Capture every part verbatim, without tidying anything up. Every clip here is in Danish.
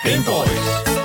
Game Boys.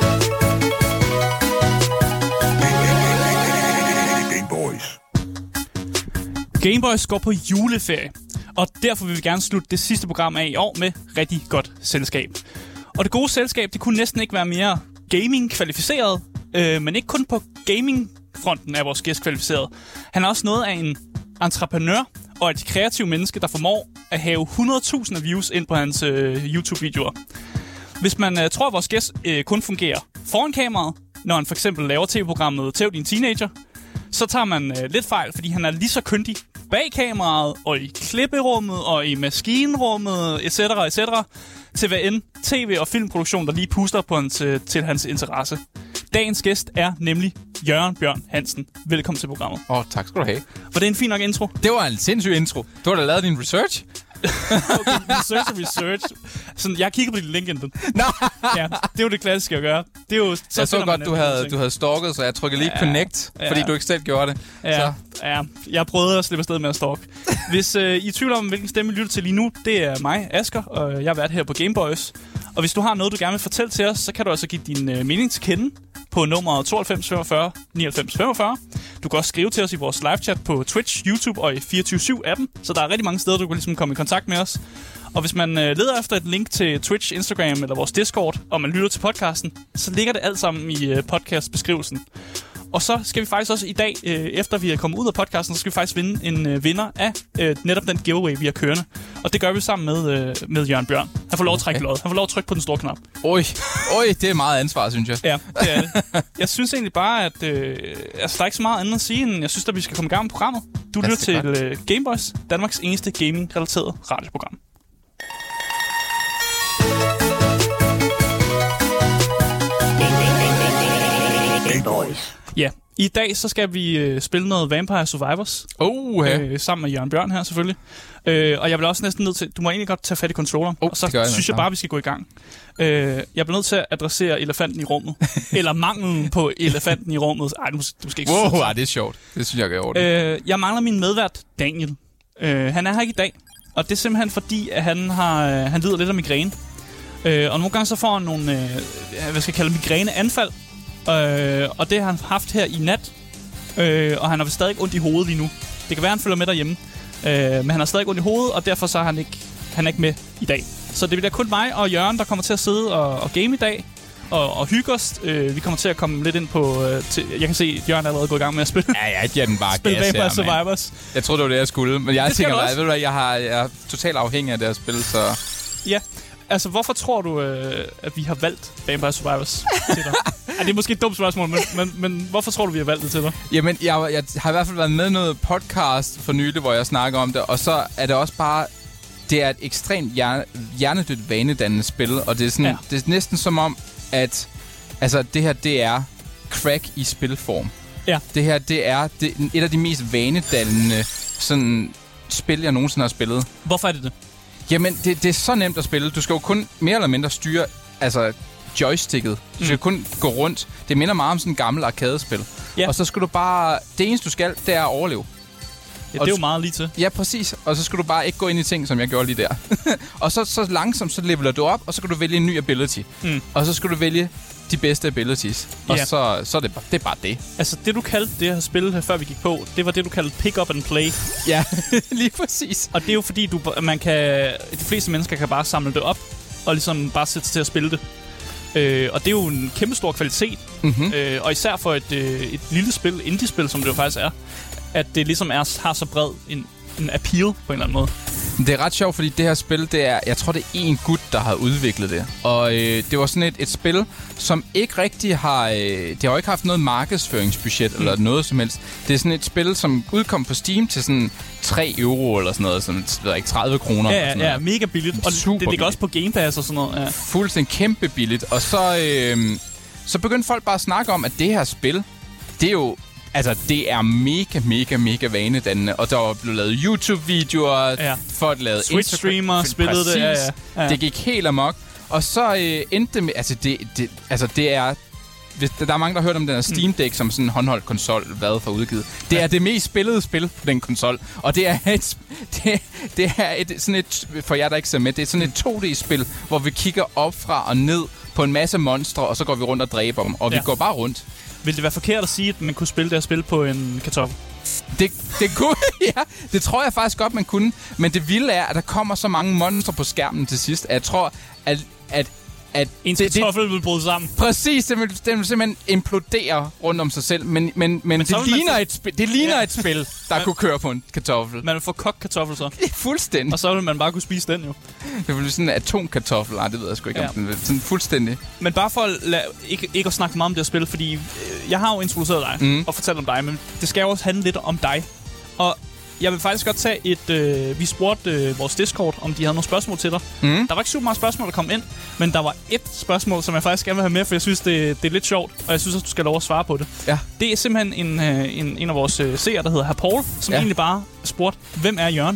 Game Boys. Game Boys går på juleferie, og derfor vil vi gerne slutte det sidste program af i år med rigtig godt selskab. Og det gode selskab, det kunne næsten ikke være mere gaming-kvalificeret, øh, men ikke kun på gaming-fronten er vores gæst kvalificeret. Han er også noget af en entreprenør og et kreativt menneske, der formår at have hundrede tusind af views ind på hans øh, YouTube-videoer. Hvis man øh, tror, at vores gæst øh, kun fungerer foran kameraet, når han for eksempel laver tv-programmet Tæv din teenager, så tager man øh, lidt fejl, fordi han er lige så kyndig bag kameraet, og i klipperummet, og i maskinrummet, et cetera, et cetera, til hvad end tv- og filmproduktion, der lige puster på hans, øh, til hans interesse. Dagens gæst er nemlig Jørgen Bjørn Hansen. Velkommen til programmet. Åh, oh, tak skal du have. Var det en fin nok intro? Det var en sindssyg intro. Du har da lavet din research. Okay, research og research. Sådan, jeg har kigget på dit LinkedIn. Nå! Ja, det er jo det klassiske at gøre. Det er jo, så jeg så godt, du havde, du havde stalket, så jeg trykkede lige ja, connect, ja. fordi du ikke selv gjorde det. Ja, så. ja, jeg prøvede at slippe afsted med at stalke. Hvis øh, I er i tvivl om, hvilken stemme I lytter til lige nu, det er mig, Asger, og jeg har været her på Game Boys. Og hvis du har noget, du gerne vil fortælle til os, så kan du altså give din øh, mening til kende på nummer tooghalvfems femogfyrre nioghalvfems femogfyrre. Du kan også skrive til os i vores live-chat på Twitch, YouTube og i fireogtyve syv-appen. Så der er rigtig mange steder, du kan ligesom komme i kontakt med os. Og hvis man øh, leder efter et link til Twitch, Instagram eller vores Discord, og man lytter til podcasten, så ligger det alt sammen i øh, podcastbeskrivelsen. Og så skal vi faktisk også i dag, øh, efter vi er kommet ud af podcasten, så skal vi faktisk vinde en øh, vinder af øh, netop den giveaway, vi har kørende. Og det gør vi sammen med, øh, med Jørgen Bjørn. Han får lov at trække okay. lod. Han får lov at trykke på den store knap. Oj, oj, det er meget ansvar, synes jeg. Ja, det er det. Jeg synes egentlig bare, at øh, altså, der er ikke så meget andet at sige, end jeg synes, at vi skal komme i gang med programmet. Du lytter til øh, Game Boys, Danmarks eneste gaming-relateret radioprogram. Game Boys. Ja, i dag så skal vi øh, spille noget Vampire Survivors. Oh, ja. øh, sammen med Jørgen Bjørn her selvfølgelig. Øh, og jeg bliver også næsten nødt til, du må egentlig godt tage fat i controlleren, oh, og så jeg, synes jeg bare, vi skal gå i gang. Øh, jeg bliver nødt til at adressere elefanten i rummet. Eller manglen på elefanten i rummet. Ej, du måske, du måske ikke wow, ej, det er sjovt. Det synes jeg gør ordentligt. Øh, jeg mangler min medvært, Daniel. Øh, han er her ikke i dag, og det er simpelthen fordi, at han, har, øh, han lider lidt af migræne. Øh, og nogle gange så får han nogle, øh, hvad skal jeg kalde migræneanfald. Øh, og det har han haft her i nat. Øh, og han har stadig ondt i hovedet lige nu. Det kan være, han følger med derhjemme. Øh, men han har stadig ondt i hovedet, og derfor så er han ikke, han er ikke med i dag. Så det bliver kun mig og Jørgen, der kommer til at sidde og, og game i dag. Og, og hygge os. Øh, vi kommer til at komme lidt ind på... Øh, til, jeg kan se, at Jørgen er allerede gået i gang med at spille. Ja, jeg giver den bare spille gas Vampire her, Survivors. Jeg troede, det var det, jeg skulle. Men jeg det tænker bare, ved du hvad, jeg, har, jeg er totalt afhængig af det at spille, så... Ja. Altså, hvorfor tror du, øh, at vi har valgt Vampire Survivors til dig? Ja, det er måske et dumt spørgsmål, men, men, men hvorfor tror du, vi har valgt det til dig? Jamen, jeg, jeg har i hvert fald været med i noget podcast for nylig, hvor jeg snakker om det, og så er det også bare... Det er et ekstremt hjerne, hjernedødt vanedannende spil, og det er, sådan, ja. det er næsten som om, at altså, det her, det er crack i spilform. Ja. Det her, det er det, et af de mest vanedannende sådan, spil, jeg nogensinde har spillet. Hvorfor er det det? Jamen, det, det er så nemt at spille. Du skal jo kun mere eller mindre styre altså, joysticket. Du skal mm. kun gå rundt. Det minder meget om sådan en gammel arcade-spil. Ja. Og så skal du bare... Det eneste, du skal, det er at overleve. Ja, det er jo meget lige til. Ja, præcis. Og så skal du bare ikke gå ind i ting, som jeg gjorde lige der. Og så, så langsomt, så leveler du op, og så kan du vælge en ny ability. Mm. Og så skal du vælge de bedste abilities. Og ja. så, så er det, det er bare det. Altså, det du kaldte det her spil her, før vi gik på, det var det, du kaldte pick up and play. Ja, lige præcis. Og det er jo fordi, du, man kan, de fleste mennesker kan bare samle det op, og ligesom bare sætte til at spille det. Øh, og det er jo en kæmpe stor kvalitet. Mm-hmm. Øh, og især for et, øh, et lille spil, indie-spil, som det jo faktisk er, at det ligesom er, har så bred en, en appeal på en eller anden måde. Det er ret sjovt, fordi det her spil, det er, jeg tror, det er en gut, der har udviklet det. Og øh, det var sådan et, et spil, som ikke rigtig har... Øh, det har jo ikke haft noget markedsføringsbudget mm. eller noget som helst. Det er sådan et spil, som udkom på Steam til sådan tre euro eller sådan noget, sådan ved ikke, tredive kroner. Ja, ja, ja, mega billigt. Og super det ligger også på Game Pass og sådan noget. Ja. Fuldstændig kæmpe billigt. Og så, øh, så begyndte folk bare at snakke om, at det her spil, det er jo... Altså, det er mega, mega, mega vanedannende. Og der var blevet lavet YouTube-videoer, ja. folk lavede Twitch-streamer, spillede det. Ja, ja. Ja. Det gik helt amok. Og så øh, endte det med... Altså, det, det, altså, det er... Hvis, der er mange, der har hørt om den her Steam Deck mm. som sådan en håndholdt konsol, hvad for udgivet. Det ja. er det mest spillede spil på den konsol. Og det er et... Det, det er et, sådan et... For jer, der ikke ser med, det er sådan et to D-spil, hvor vi kigger op fra og ned på en masse monstre, og så går vi rundt og dræber dem. Og ja. vi går bare rundt. Vil det være forkert at sige, at man kunne spille det her spil på en kartoffel? Det, det kunne, ja. Det tror jeg faktisk godt, man kunne. Men det vilde er, at der kommer så mange monstre på skærmen til sidst, at jeg tror, at... at At en kartoffel vil bryde sammen. Præcis, det vil, det vil simpelthen implodere rundt om sig selv. Men, men, men, men det, ligner et spil, det ligner ja. et spil, der man, kunne køre på en kartoffel. Man vil få kogt kartoffel så. Fuldstændig. Og så vil man bare kunne spise den jo. Det vil blive sådan en atomkartoffel. Nej, det ved jeg sgu ikke ja. om den vil. Sådan fuldstændig. Men bare for at lade, ikke, ikke at snakke meget om det her spil, fordi øh, jeg har jo introduceret dig mm. og fortalt om dig, men det skal jo også handle lidt om dig. Og jeg vil faktisk godt tage et... Øh, vi spurgte øh, vores Discord, om de havde nogle spørgsmål til dig. Mm. Der var ikke super meget spørgsmål, der kom ind, men der var et spørgsmål, som jeg faktisk gerne vil have med, for jeg synes, det, det er lidt sjovt, og jeg synes også, du skal lov at svare på det. Ja. Det er simpelthen en, øh, en, en af vores øh, seere, der hedder Herr Paul, som ja. egentlig bare spurgte, hvem er Jørgen?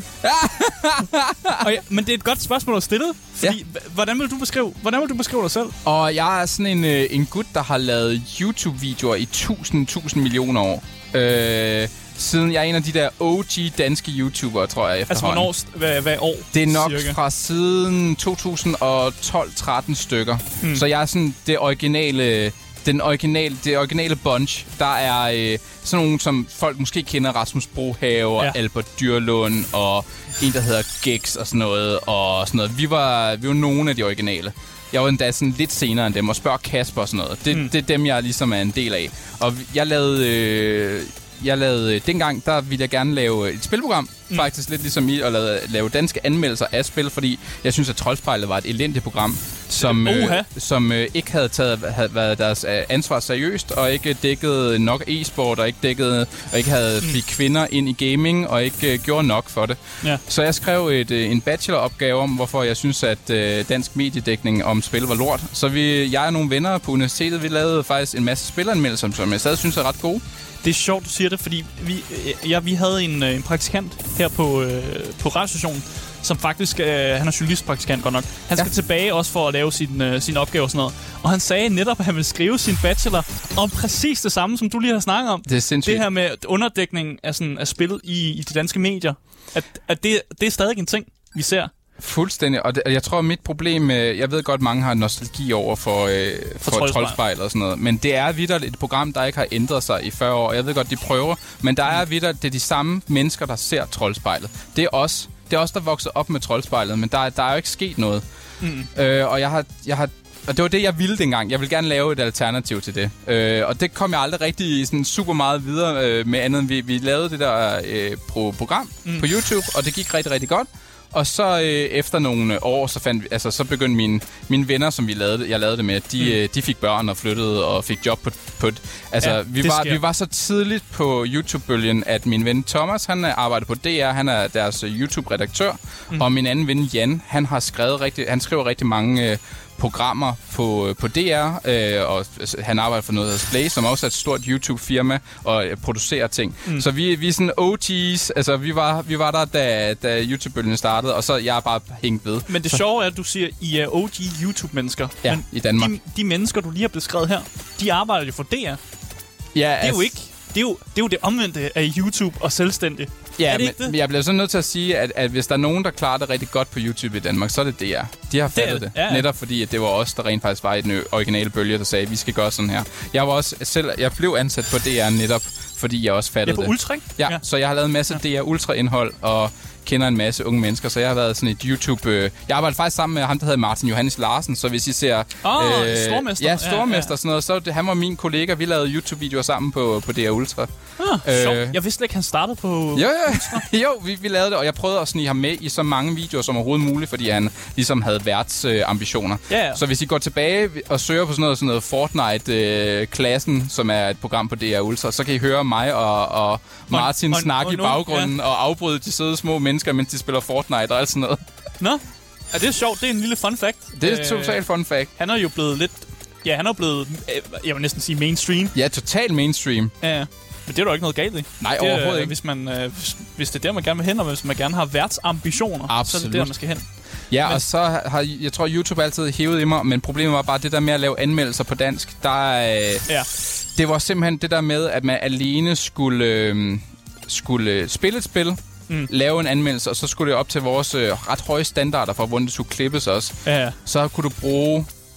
og ja, men det er et godt spørgsmål at stille, fordi ja. hvordan vil du beskrive, hvordan vil du beskrive dig selv? Og jeg er sådan en, øh, en gut, der har lavet YouTube-videoer i tusind, tusind millioner år. Øh... Siden jeg er en af de der O G danske YouTubere, tror jeg, efterhånden. Altså, hvornår? Hvad, hvad år? Det er nok cirka? Fra siden to tusind og tolv tretten stykker. Hmm. Så jeg er sådan det originale... Den originale, det originale bunch. Der er øh, sådan nogle, som folk måske kender. Rasmus Brohave, ja. Albert Dyrlund og en, der hedder Gex og sådan noget. Og sådan noget. Vi var, vi var nogle af de originale. Jeg var endda sådan lidt senere end dem, og spørger Kasper og sådan noget. Det, hmm. det er dem, jeg ligesom er en del af. Og jeg lavede... Øh, Jeg lavede, dengang, der ville jeg gerne lave et spilprogram, mm. faktisk lidt ligesom I, og lave, lave danske anmeldelser af spil, fordi jeg synes, at Troldspejlet var et elendigt program, som, øh, som øh, ikke havde taget havde været deres øh, ansvar seriøst, og ikke dækket nok e-sport, og ikke dækket, og ikke havde mm. fik kvinder ind i gaming, og ikke øh, gjorde nok for det. Ja. Så jeg skrev et, øh, en bacheloropgave om, hvorfor jeg synes, at øh, dansk mediedækning om spil var lort. Så vi, jeg og nogle venner på universitetet, vi lavede faktisk en masse spilanmeldelser, som jeg stadig synes er ret gode. Det er sjovt, du siger det, fordi vi, ja, vi havde en, en praktikant her på, øh, på radiostationen, som faktisk, øh, han er journalistpraktikant godt nok. Han skal ja. tilbage også for at lave sin, øh, sin opgave og sådan noget. Og han sagde netop, at han ville skrive sin bachelor om præcis det samme, som du lige har snakket om. Det er sindssygt. Det her med underdækning af, sådan, af spil i, i de danske medier. At, at det, det er stadig en ting, vi ser. Fuldstændig, og, det, og jeg tror, at mit problem... Øh, jeg ved godt, mange har nostalgi over for, øh, for, for Troldspejl og sådan noget, men det er vitterligt et program, der ikke har ændret sig i fyrre år. Jeg ved godt, de prøver, men der er vitterligt, det er de samme mennesker, der ser Troldspejlet. Det er os. Det er os, der vokser op med Troldspejlet, men der, der er jo ikke sket noget. Mm. Øh, og jeg har... Jeg har Og det var det, jeg ville dengang. Jeg ville gerne lave et alternativ til det. Øh, og det kom jeg aldrig rigtig sådan super meget videre øh, med andet. Vi, vi lavede det der øh, pro- program mm. på YouTube, og det gik rigtig, rigtig godt. Og så øh, efter nogle år, så, fandt vi, altså, så begyndte mine, mine venner, som vi lavede, jeg lavede det med, de, mm. øh, de fik børn og flyttede og fik job på... på altså, ja, vi, var, vi var så tidligt på YouTube-bølgen, at min ven Thomas, han arbejder på D R, han er deres YouTube-redaktør. Mm. Og min anden ven Jan, han har skrevet rigtig, han skriver rigtig mange... Øh, programmer på, på D R, øh, og han arbejder for noget, der hedder Splay, som også er et stort YouTube-firma, og øh, producerer ting. Mm. Så vi, vi er sådan O Gs, altså vi var, vi var der, da, da YouTube-bølgen startede, og så jeg er bare hængt ved. Men det sjove er, at du siger, I er O G YouTube-mennesker. Ja, men i Danmark. De, de mennesker, du lige har beskrevet her, de arbejder jo for D R. Ja, det er altså, jo ikke... Det er, jo, det er jo det omvendte af YouTube og selvstændig. Ja, er det men, ikke det? men jeg bliver så nødt til at sige, at, at hvis der er nogen, der klarer det rigtig godt på YouTube i Danmark, så er det D R. De har fattet det. det. Ja, ja. Netop fordi, at det var os, der rent faktisk var i den originale bølge, der sagde, at vi skal gøre sådan her. Jeg var også selv, jeg blev ansat på D R netop, fordi jeg også fattede det. Ja, på Ultra, ja, ja, så jeg har lavet en masse ja. D R Ultra-indhold, og kender en masse unge mennesker, så jeg har været sådan et YouTube... Øh, jeg arbejder faktisk sammen med ham, der hedder Martin Johannes Larsen, så hvis I ser... Åh, oh, øh, stormester. Ja, stormester ja, ja. Sådan noget, så det, han var min kollega, vi lavede YouTube-videoer sammen på, på D R Ultra. Ah, øh, jeg vidste ikke, han startede på jo, jo. jo, vi, vi lavede det, og jeg prøvede at snige ham med i så mange videoer som overhovedet muligt, fordi han ligesom havde værtsambitioner. Øh, ja, ja. Så hvis I går tilbage og søger på sådan noget, sådan noget Fortnite-klassen, øh, som er et program på D R Ultra, så kan I høre mig og, og Martin og, snakke og, og i baggrunden ja. og afbryde de søde små mennesker, mens de spiller Fortnite og alt sådan noget. Nå, er det sjovt? Det er en lille fun fact. Det er et totalt fun fact. Han er jo blevet lidt... Ja, han er blevet, jeg vil næsten sige mainstream. Ja, total mainstream. Ja, men det er der jo ikke noget galt i. Nej, det, overhovedet ikke. Hvis, man, øh, hvis, hvis det er der, man gerne vil hen, og hvis man gerne har værtsambitioner, Absolut. så er det der, man skal hen. Ja, men, og så har, jeg tror, YouTube altid hævet i mig, men problemet var bare det der med at lave anmeldelser på dansk. Der, øh, ja. Det var simpelthen det der med, at man alene skulle, øh, skulle spille et spil, Mm. lave en anmeldelse, og så skulle det op til vores øh, ret høje standarder for, hvordan det skulle klippes også. Ja, ja. Så kunne du bruge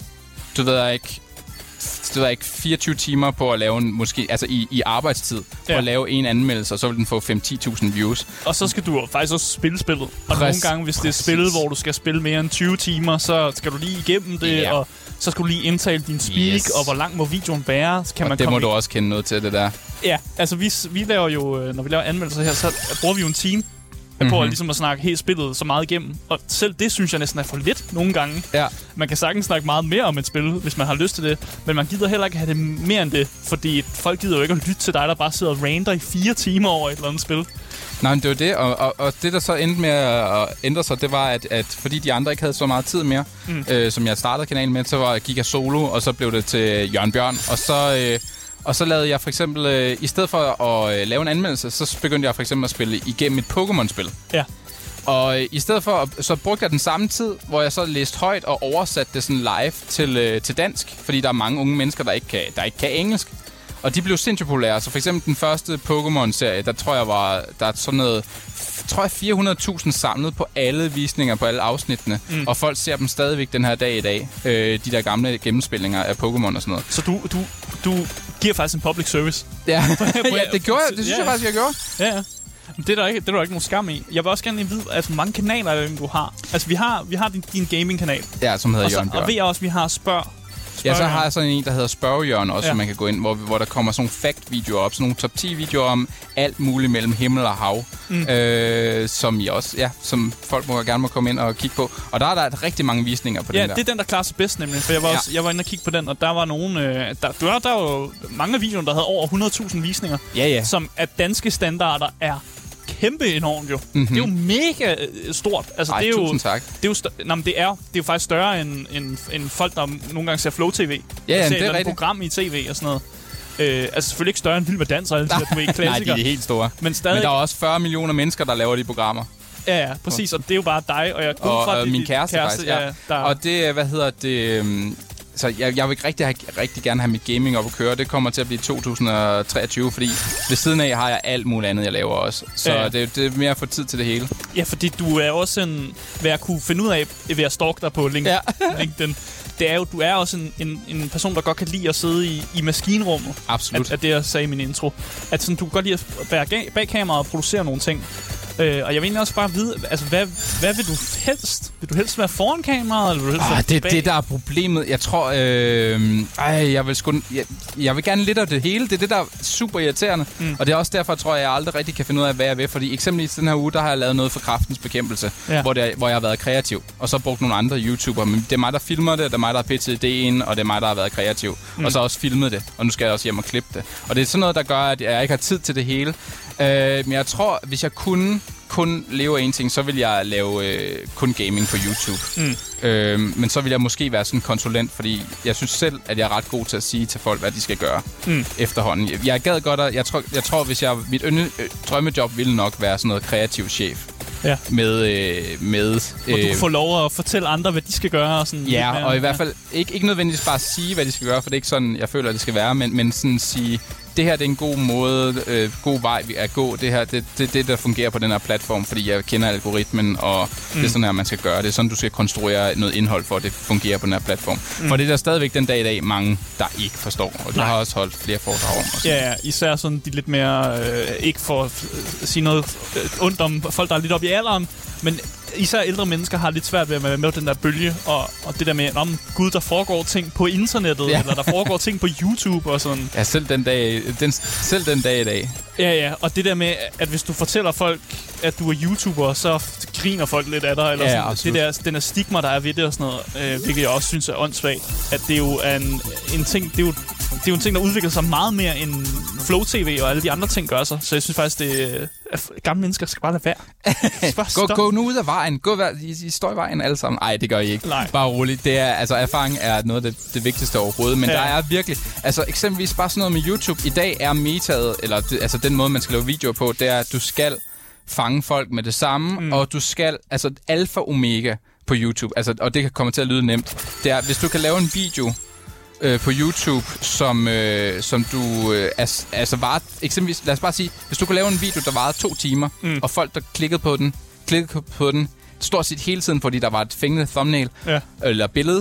du ved ikke, du ved ikke fireogtyve timer på at lave en, måske, altså i, i arbejdstid, på ja. at lave en anmeldelse, og så vil den få fem til ti tusind views. Og så skal du faktisk også spille spillet. Og Præcis. nogle gange, hvis det er spillet, hvor du skal spille mere end tyve timer, så skal du lige igennem det, yeah. og så skal du lige indtale din speak, yes. og hvor lang må videoen være. Så kan og man det komme må i... du også kende noget til, det der. Ja, altså vi, vi laver jo, når vi laver anmeldelser her, så bruger vi jo en time mm-hmm. på at, ligesom at snakke helt spillet så meget igennem. Og selv det synes jeg næsten er for lidt nogle gange. Ja. Man kan sagtens snakke meget mere om et spil, hvis man har lyst til det. Men man gider heller ikke have det mere end det. Fordi folk gider jo ikke at lytte til dig, der bare sidder og rander i fire timer over et eller andet spil. Nej, men det var det. Og, og, og det, der så endte med at ændre sig, det var, at, at fordi de andre ikke havde så meget tid mere, mm. øh, som jeg startede kanalen med, så var, gik jeg solo, og så blev det til Jørgen Bjørn. Og så... Øh, Og så lavede jeg for eksempel, øh, i stedet for at øh, lave en anmeldelse, så begyndte jeg for eksempel at spille igennem et Pokémon-spil. Ja. Og øh, i stedet for, så brugte jeg den samme tid, hvor jeg så læste højt og oversatte det sådan live til, øh, til dansk. Fordi der er mange unge mennesker, der ikke kan, der ikke kan engelsk. Og de blev sindssygt populære. Så for eksempel den første Pokémon-serie, der tror jeg var, der er sådan noget, tror jeg fire hundrede tusind samlet på alle visninger, på alle afsnittene. Mm. Og folk ser dem stadigvæk den her dag i dag. Øh, de der gamle gennemspillinger af Pokémon og sådan noget. Så du, du, du giver faktisk en public service? Ja, ja det gjorde jeg. Det synes ja, jeg faktisk, jeg gjorde. Ja, ja. Det er der ikke, det er der ikke nogen skam i. Jeg vil også gerne vide, altså, hvor mange kanaler du har. Altså, vi har, vi har din, din gaming-kanal. Ja, som hedder Jørgen Bjørn. Og ved jeg også, vi har Spørg. Ja, så har jeg sådan en, der hedder Spørgjørn også, ja. som man kan gå ind, hvor, hvor der kommer sådan nogle fact-videoer op, sådan nogle top ti videoer om alt muligt mellem himmel og hav, mm. øh, som I også, ja, som folk må gerne må komme ind og kigge på. Og der er der rigtig mange visninger på ja, den der. Ja, det er den, der klarer sig bedst nemlig, for jeg var, ja. også, jeg var inde og kigge på den, og der var nogen, øh, der, der, der var jo mange af videoerne, der havde over hundrede tusind visninger, ja, ja. som af danske standarder er kæmpe enormt jo. Mm-hmm. Det er jo mega øh, stort. Altså, Ej, det er jo, tusind tak. Det er jo, stør- Nå, det er, det er jo faktisk større end, end, end folk, der nogle gange ser Flow T V. Ja, ja, ser det er rigtigt. Program i tv og sådan noget. Øh, altså selvfølgelig ikke større end Vild med Dans og alle de der, du ved, klassikere. Nej, de er helt store. Men, stadig... Men der er også fyrre millioner mennesker, der laver de programmer. Ja, ja, præcis. Og det er jo bare dig, og jeg går og, fra og det, min kæreste, kæreste faktisk, ja. ja der... Og det, hvad hedder det... Um, så jeg, jeg vil rigtig, have, rigtig gerne have mit gaming op at køre. Det kommer til at blive to tusind treogtyve, fordi ved siden af har jeg alt muligt andet, jeg laver også. Så ja. det, det er mere at få tid til det hele. Ja, fordi du er også en... Hvad jeg kunne finde ud af ved at stalke dig på link, ja. LinkedIn, det er jo, du er også en, en, en person, der godt kan lide at sidde i, i maskinrummet. Absolut. At, at det, jeg sagde i min intro. At sådan, du kan godt lide at være bag, bag kameraet og producere nogle ting. Øh, og jeg vil egentlig også bare vide, altså, hvad, hvad vil du helst? Vil du helst være foran kameraet, eller vil du helst ah, være det bag? det, der er problemet. Jeg tror, øh, ej, jeg vil sgu, jeg, jeg vil gerne lidt af det hele. Det er det, der er super irriterende. Mm. Og det er også derfor, tror jeg, jeg aldrig rigtig kan finde ud af, hvad jeg vil. Fordi eksempelvis den her uge, der har jeg lavet noget for Kræftens Bekæmpelse, ja. hvor, det, hvor jeg har været kreativ. Og så brugt nogle andre YouTubere. Men det er mig, der filmer det, det er mig, der har pitchet idéen, og det er mig, der har været kreativ. Mm. Og så også filmet det. Og nu skal jeg også hjem og klippe det. Og det er sådan noget, der gør, at jeg ikke har tid til det hele. Øh, men jeg tror, hvis jeg kunne kun leve af en ting, så vil jeg lave øh, kun gaming på YouTube. Mm. Øh, men så vil jeg måske være sådan en konsulent, fordi jeg synes selv, at jeg er ret god til at sige til folk, hvad de skal gøre mm. efterhånden. Jeg, jeg gad godt, at, jeg tror, jeg tror, hvis jeg mit ønne, øh, drømmejob ville nok være sådan noget kreativ chef. Ja. Med, øh, med hvor du øh, får lov at fortælle andre, hvad de skal gøre. Og sådan ja, mere, og i ja. hvert fald ikke, ikke nødvendigvis bare sige, hvad de skal gøre, for det er ikke sådan, jeg føler, at det skal være, men, men sådan sige, det her det er en god måde, øh, god vej at gå. Det her, det, det, det der fungerer på den her platform, fordi jeg kender algoritmen, og mm. det er sådan her, man skal gøre. Det er sådan, du skal konstruere noget indhold for, at det fungerer på den her platform. Mm. For det er der stadigvæk den dag i dag mange, der ikke forstår. Og du har også holdt flere foredrag om. Ja, ja, især sådan de lidt mere, øh, ikke for at sige noget ondt om folk, der er lidt oppe i alderen, men især ældre mennesker har lidt svært ved at være med den der bølge, og, og det der med, om gud, der foregår ting på internettet, ja. eller der foregår ting på YouTube og sådan. Ja, selv den dag, den, selv den dag i dag. Ja, ja, og det der med, at hvis du fortæller folk, at du er YouTuber, så griner folk lidt af dig, eller ja, sådan. Det der, den der stigma, der er ved det og sådan noget, øh, hvilket jeg også synes er åndssvagt, at det jo er en, en ting, det er jo, det er jo en ting, der udvikler sig meget mere end Flow T V og alle de andre ting gør sig, så jeg synes faktisk, det at gamle mennesker skal bare lade være. Bare gå, gå nu ud af vejen. Gå, I, I står i vejen alle sammen. Nej, det gør I ikke. Nej. Bare roligt. Det er, altså, erfaring er noget af det, det vigtigste overhovedet. Men ja. der er virkelig... Altså, eksempelvis bare sådan noget med YouTube. I dag er metaet, eller det, altså den måde, man skal lave videoer på, det er, at du skal fange folk med det samme, mm. og du skal... Altså, alfa omega på YouTube. Altså, og det kan komme til at lyde nemt. Det er, hvis du kan lave en video øh, på YouTube, som, øh, som du... Øh, as, altså, var eksempelvis... Lad os bare sige, hvis du kan lave en video, der varede to timer, mm. og folk, der klikkede på den, klikkede på den, stort set hele tiden, fordi der var et fængende thumbnail, ja. eller billede,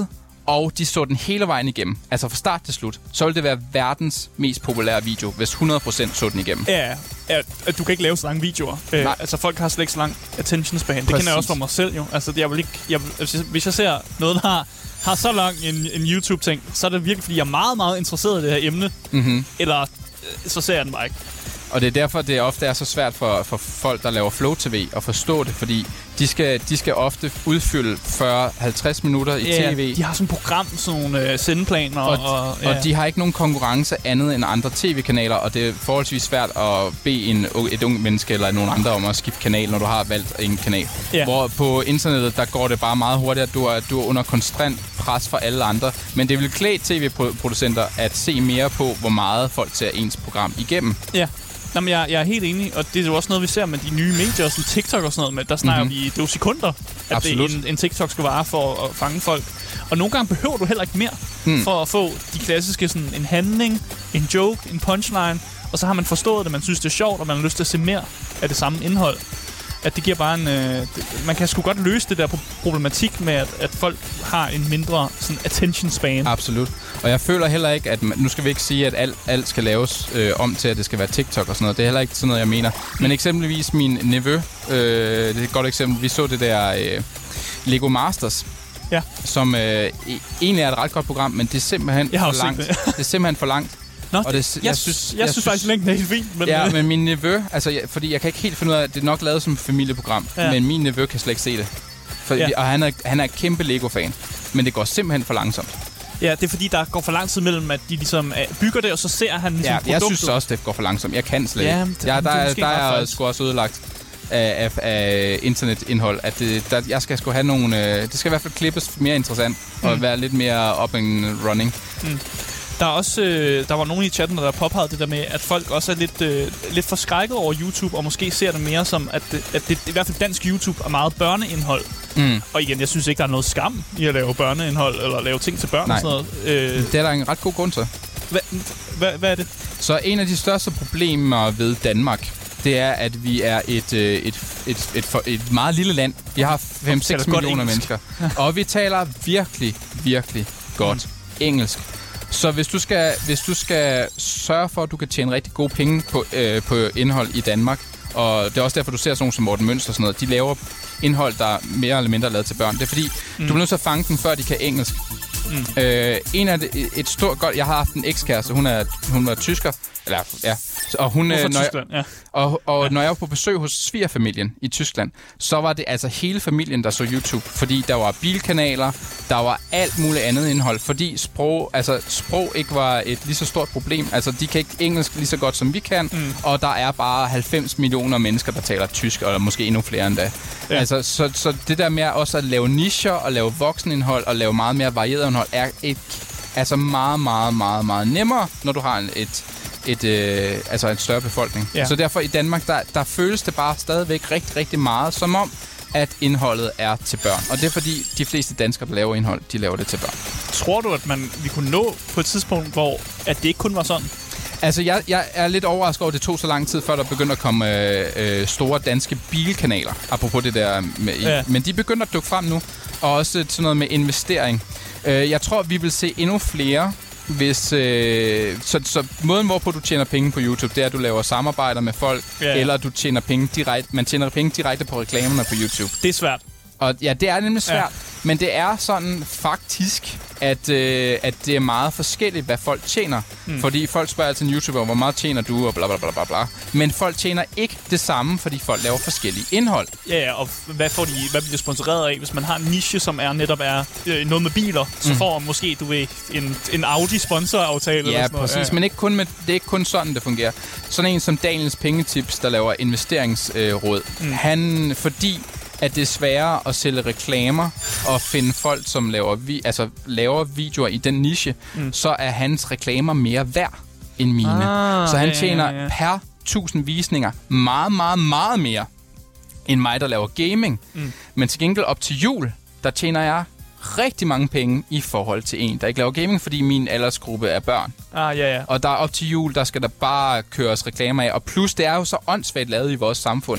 og de så den hele vejen igennem, altså fra start til slut, så ville det være verdens mest populære video, hvis hundrede procent så den igennem. Ja, ja, du kan ikke lave så lange videoer. Øh, altså, folk har slet ikke så lang attention span. Det kender jeg også for mig selv, jo. Altså, jeg vil ikke, jeg, hvis jeg ser noget, der har, har så lang en, en YouTube-ting, så er det virkelig, fordi jeg er meget, meget interesseret i det her emne. Mm-hmm. Eller så ser jeg den bare ikke. Og det er derfor, det ofte er så svært for, for folk, der laver Flow T V, at forstå det, fordi de skal, de skal ofte udfylde fyrre til halvtreds minutter i ja, tv. De har sådan et program, sådan nogle øh, sendeplaner. Og, og, ja. og de har ikke nogen konkurrence andet end andre tv-kanaler, og det er forholdsvis svært at bede en, et ung menneske eller nogen andre om at skifte kanal, når du har valgt en kanal. Ja. Hvor på internettet, der går det bare meget hurtigt, at du er, du er under konstant pres fra alle andre. Men det vil klæde tv-producenter at se mere på, hvor meget folk ser ens program igennem. Ja. Jamen, jeg, jeg er helt enig, og det er jo også noget, vi ser med de nye medier, som TikTok og sådan noget med. Der snakker mm-hmm. vi, det er jo sekunder, at det en, en TikTok skal vare for at fange folk. Og nogle gange behøver du heller ikke mere mm. for at få de klassiske, sådan en handling, en joke, en punchline, og så har man forstået det, man synes, det er sjovt, og man har lyst til at se mere af det samme indhold. At det giver bare en... Øh, det, man kan sgu godt løse det der problematik med, at, at folk har en mindre sådan attention span. Absolut. Og jeg føler heller ikke, at... Man, nu skal vi ikke sige, at alt, alt skal laves øh, om til, at det skal være TikTok og sådan noget. Det er heller ikke sådan noget, jeg mener. Men eksempelvis min nevø, øh, det er et godt eksempel. Vi så det der øh, Lego Masters. Ja. Som øh, egentlig er et ret godt program, men det er simpelthen for langt. Det. det er simpelthen for langt. Nå, og det, jeg, jeg synes, jeg, jeg synes faktisk, længden er helt fint. Men ja, men min nevø, altså, jeg, fordi jeg kan ikke helt finde ud af, at det er nok lavet som et familieprogram, ja. Men min nevø kan slet ikke se det. For, ja. Og han er, han er en kæmpe Lego-fan, men det går simpelthen for langsomt. Ja, det er fordi, der går for lang tid mellem, at de ligesom bygger det, og så ser han ligesom ja, produktet. Jeg synes også, det går for langsomt. Jeg kan slet ja, ikke. Det, ja, der, det er, der er sgu også ødelagt af, af, af internetindhold, at det, der, jeg skal sgu have nogle... Øh, det skal i hvert fald klippes mere interessant, mm. og være lidt mere up and running. Mm. Der er også øh, der var nogen i chatten, der påpegede det der med, at folk også er lidt øh, lidt forskrækket over YouTube, og måske ser det mere som, at det, at det i hvert fald dansk YouTube er meget børneindhold. Mm. Og igen, jeg synes ikke, der er noget skam i at lave børneindhold, eller lave ting til børn. Nej. Og sådan noget. Øh, det er der en ret god grund til. Hvad, hvad, hvad er det? Så en af de største problemer ved Danmark, det er, at vi er et, øh, et, et, et, et, et meget lille land. Vi har fem til seks millioner mennesker. Og vi taler virkelig, virkelig godt mm. engelsk. Så hvis du skal hvis du skal sørge for, at du kan tjene rigtig gode penge på øh, på indhold i Danmark, og det er også derfor, du ser sådan nogle som Morten Mønster og sådan noget, de laver indhold, der er mere eller mindre lavet til børn. Det er fordi, mm. du bliver nødt til at fange dem, før de kan engelsk. Mm. Øh, en af det, et stort godt... Jeg har haft en ekskæreste, hun er hun var tysker, eller ja, og hun øh, når jeg, ja. og, og ja. når jeg var på besøg hos svigerfamilien i Tyskland, så var det altså hele familien, der så YouTube, fordi der var bilkanaler, der var alt muligt andet indhold, fordi sprog, altså sprog ikke var et lige så stort problem. Altså de kan ikke engelsk lige så godt som vi kan, mm. og der er bare halvfems millioner mennesker, der taler tysk, eller måske endnu flere end da. Ja. Altså så, så det der med også at lave nicher og lave voksenindhold og lave meget mere varieret indhold er et altså meget meget meget meget nemmere, når du har en, et et øh, altså en større befolkning. Ja. Så derfor i Danmark der der føles det bare stadigvæk rigtig rigtig meget som om at indholdet er til børn. Og det er fordi de fleste danskere der laver indhold, de laver det til børn. Tror du at man vi kunne nå på et tidspunkt hvor at det ikke kun var sådan? Altså, jeg, jeg er lidt overrasket over, at det tog så lang tid, før der begyndte at komme øh, øh, store danske bilkanaler, apropos det der med ja. Men de begynder at dukke frem nu, og også sådan noget med investering. Øh, jeg tror, vi vil se endnu flere, hvis... Øh, så, så måden, hvorpå du tjener penge på YouTube, det er, at du laver samarbejder med folk, ja, ja. Eller du tjener penge direkte... Man tjener penge direkte på reklamerne på YouTube. Det er svært. Og ja, det er nemlig svært. Ja. Men det er sådan faktisk, at, øh, at det er meget forskelligt, hvad folk tjener. Mm. Fordi folk spørger altid en YouTuber, hvor meget tjener du, og bla bla bla bla bla. Men folk tjener ikke det samme, fordi folk laver forskellige indhold. Ja, ja, og hvad, får de, hvad bliver de sponsoreret af? Hvis man har en niche, som er netop er øh, noget med biler, så mm. får måske, du ved, en, en Audi-sponsoraftale. Ja, eller sådan præcis. Noget. Ja. Men ikke kun med, det er ikke kun sådan, det fungerer. Sådan en som Daniels Pengetips, der laver investeringsråd. Øh, mm. Han, fordi... at det er sværere at sælge reklamer og finde folk, som laver, vi- altså, laver videoer i den niche, mm. så er hans reklamer mere værd end mine. Ah, så han tjener ja, ja, ja. per tusind visninger meget, meget, meget mere end mig, der laver gaming. Mm. Men til gengæld op til jul, der tjener jeg rigtig mange penge i forhold til en, der ikke laver gaming, fordi min aldersgruppe er børn. Ah, ja, ja. Og der op til jul, der skal der bare køres reklamer af. Og plus, det er jo så åndssvagt lavet i vores samfund.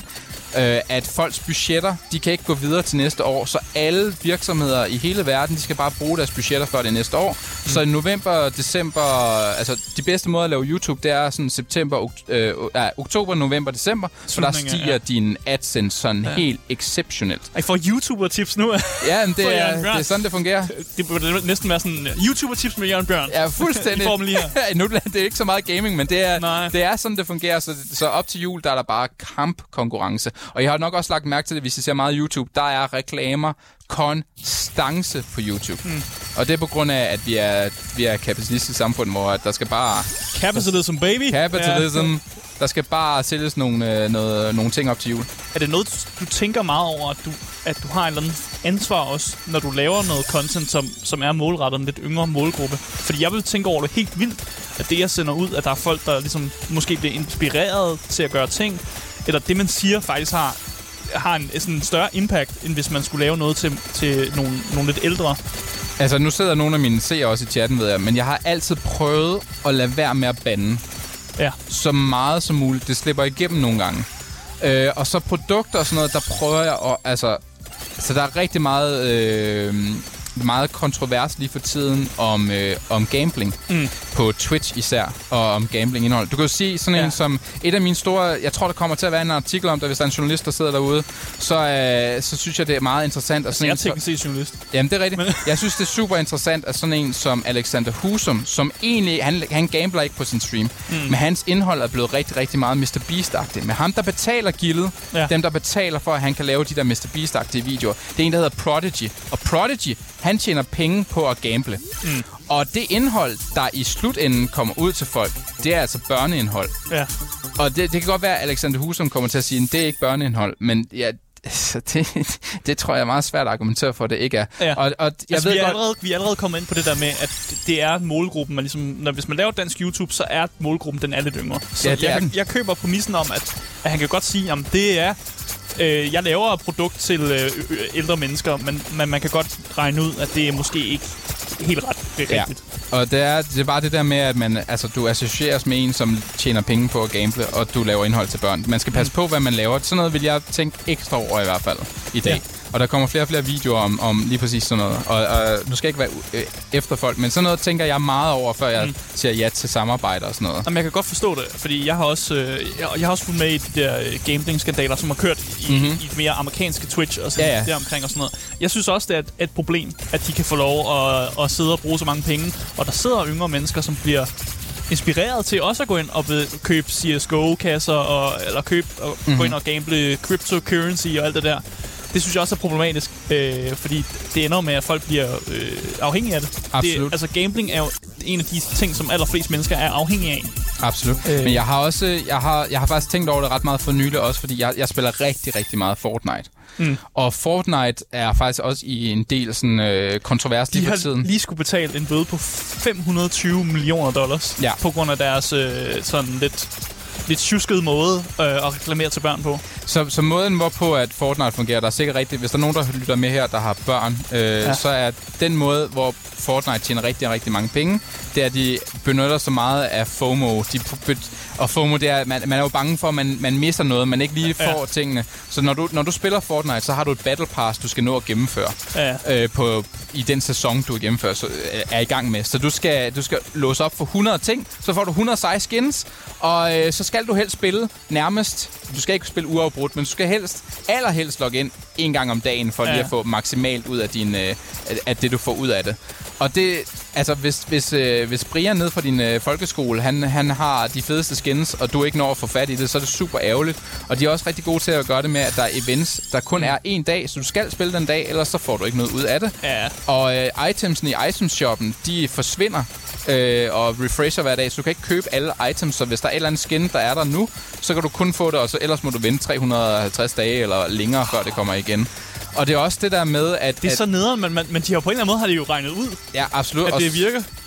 øh, at folks budgetter, de kan ikke gå videre til næste år, så alle virksomheder i hele verden, de skal bare bruge deres budgetter før det næste år. Mm. Så i november, december, altså de bedste måder at lave YouTube, det er sådan september, ok- øh, øh, oktober, november, december, for der stiger ja. din AdSense sådan ja. helt exceptionelt. Jeg får YouTuber-tips nu. Ja, men det, er, det er sådan, det fungerer. Det burde næsten være sådan YouTuber-tips med Jørgen Bjørn. Ja, fuldstændig. I form lige her. Nu, det er ikke så meget gaming, men det er, det er sådan, det fungerer. Så, så op til jul, der er der bare kampkonkurrence. Og jeg har nok også lagt mærke til det, hvis I ser meget YouTube, der er reklamer konstance på YouTube. Mm. Og det er på grund af, at vi er, vi er et kapitalistisk samfund, hvor der skal bare... Capitalism, baby! Capitalism. Ja. Der skal bare sælges nogle, øh, noget, nogle ting op til jul. Er det noget, du tænker meget over, at du, at du har en eller anden ansvar også, når du laver noget content, som, som er målrettet en lidt yngre målgruppe? Fordi jeg vil tænke over det helt vildt, at det, jeg sender ud, at der er folk, der ligesom måske bliver inspireret til at gøre ting, eller det, man siger, faktisk har, har en sådan en større impact, end hvis man skulle lave noget til, til nogle, nogle lidt ældre. Altså, nu sidder nogle af mine seere også i chatten, ved jeg, men jeg har altid prøvet at lade være med at bande. Ja. Så meget som muligt. Det slipper igennem nogle gange. Øh, og så produkter og sådan noget, der prøver jeg at... Altså, så der er rigtig meget... Øh, meget kontrovers lige for tiden om, øh, om gambling mm. på Twitch især, og om gambling-indhold. Du kan jo se sådan ja. en som... Et af mine store... Jeg tror, der kommer til at være en artikel om det, hvis der er en journalist, der sidder derude. Så, øh, så synes jeg, det er meget interessant. Altså, jeg tænker se journalist. Jamen, det er rigtigt. Men jeg synes, det er super interessant, at sådan en som Alexander Husum, som egentlig... Han, han gambler ikke på sin stream, mm. men hans indhold er blevet rigtig, rigtig meget mister Beast-agtigt. Med ham, der betaler gildet, ja. dem, der betaler for, at han kan lave de der mister Beast-agtige videoer. Det er en, der hedder Prodigy. Og Prodigy, han tjener penge på at gamble. Mm. Og det indhold, der i slutenden kommer ud til folk, det er altså børneindhold. Ja. Og det, det kan godt være, at Alexander Husum kommer til at sige, at det er ikke børneindhold, men ja, det, det tror jeg er meget svært at argumentere for, at det ikke er. Ja. Og, og jeg altså, ved vi, er godt, allerede, vi er allerede kommet ind på det der med, at det er målgruppen. Man ligesom, når, hvis man laver dansk YouTube, så er målgruppen den er lidt yngre. Så ja, jeg, jeg køber præmissen om, at, at han kan godt sige, at det er... Øh, jeg laver et produkt til øh, ældre mennesker, men, men man kan godt regne ud, at det er måske ikke helt ret rigtigt. Ja. Og det er, det er bare det der med, at man, altså, du associeres med en, som tjener penge på at gamble, og du laver indhold til børn. Man skal passe mm. på, hvad man laver. Sådan noget vil jeg tænke ekstra over i hvert fald i dag. Ja. Og der kommer flere og flere videoer om, om lige præcis sådan noget. Og, og nu skal jeg ikke være øh, efter folk, men sådan noget tænker jeg meget over, før jeg mm. siger ja til samarbejde og sådan noget. Jamen, jeg kan godt forstå det, fordi jeg har også, øh, jeg, jeg har også fulgt med i de der øh, gambling-skandaler, som har kørt i, mm-hmm. i mere amerikanske Twitch og sådan ja, ja. der omkring og sådan noget. Jeg synes også, det er et, et problem, at de kan få lov at, at sidde og bruge så mange penge, og der sidder yngre mennesker, som bliver inspireret til også at gå ind og købe C S G O-kasser, og, eller købe og mm-hmm. gå ind og gamble cryptocurrency og alt det der. Det synes jeg også er problematisk, øh, fordi det ender med, at folk bliver øh, afhængige af det. Absolut. det. Altså gambling er jo en af de ting, som allerflest mennesker er afhængige af. Absolut. Øh. Men jeg har også, jeg har, jeg har faktisk tænkt over det ret meget for nylig også, fordi jeg, jeg spiller rigtig, rigtig meget Fortnite. Mm. Og Fortnite er faktisk også i en del sådan øh, kontrovers lige for tiden. De har lige skulle betale en bøde på fem hundrede og tyve millioner dollars ja. på grund af deres øh, sådan lidt... lidt tjuskede måde øh, at reklamere til børn på. Så, så måden, hvorpå at Fortnite fungerer, der er sikkert rigtigt. Hvis der er nogen, der lytter med her, der har børn, øh, ja. så er den måde, hvor Fortnite tjener rigtig, rigtig mange penge, det er, at de benytter så meget af FOMO. De, og FOMO, det er, at man, man er jo bange for, at man, man misser noget, man ikke lige får ja. tingene. Så når du, når du spiller Fortnite, så har du et Battle Pass, du skal nå at gennemføre ja. øh, på, i den sæson, du er gennemført, så, øh, er i gang med. Så du skal, du skal låse op for hundrede ting, så får du hundrede og seksten skins, og øh, så skal du helst spille nærmest, du skal ikke spille uafbrudt, men du skal helst, allerhelst logge ind en gang om dagen, for ja. lige at få maksimalt ud af, din, øh, af det, du får ud af det. Og det, altså hvis, hvis, øh, hvis Brian ned fra din øh, folkeskole, han, han har de fedeste skins, og du ikke når at få fat i det, så er det super ærgerligt. Og de er også rigtig gode til at gøre det med, at der er events, der kun er en dag, så du skal spille den dag, ellers så får du ikke noget ud af det. Ja. Og øh, itemsene i itemshoppen, de forsvinder øh, og refresher hver dag, så du kan ikke købe alle items, så hvis der er et eller andet skin, der er der nu, så kan du kun få det, og så ellers må du vente tre hundrede og halvtreds dage eller længere, før det kommer igen. Og det er også det der med, at... Det er at, så nederen, men, men, men de har på en eller anden måde har de jo regnet ud, ja, absolut. at det virker.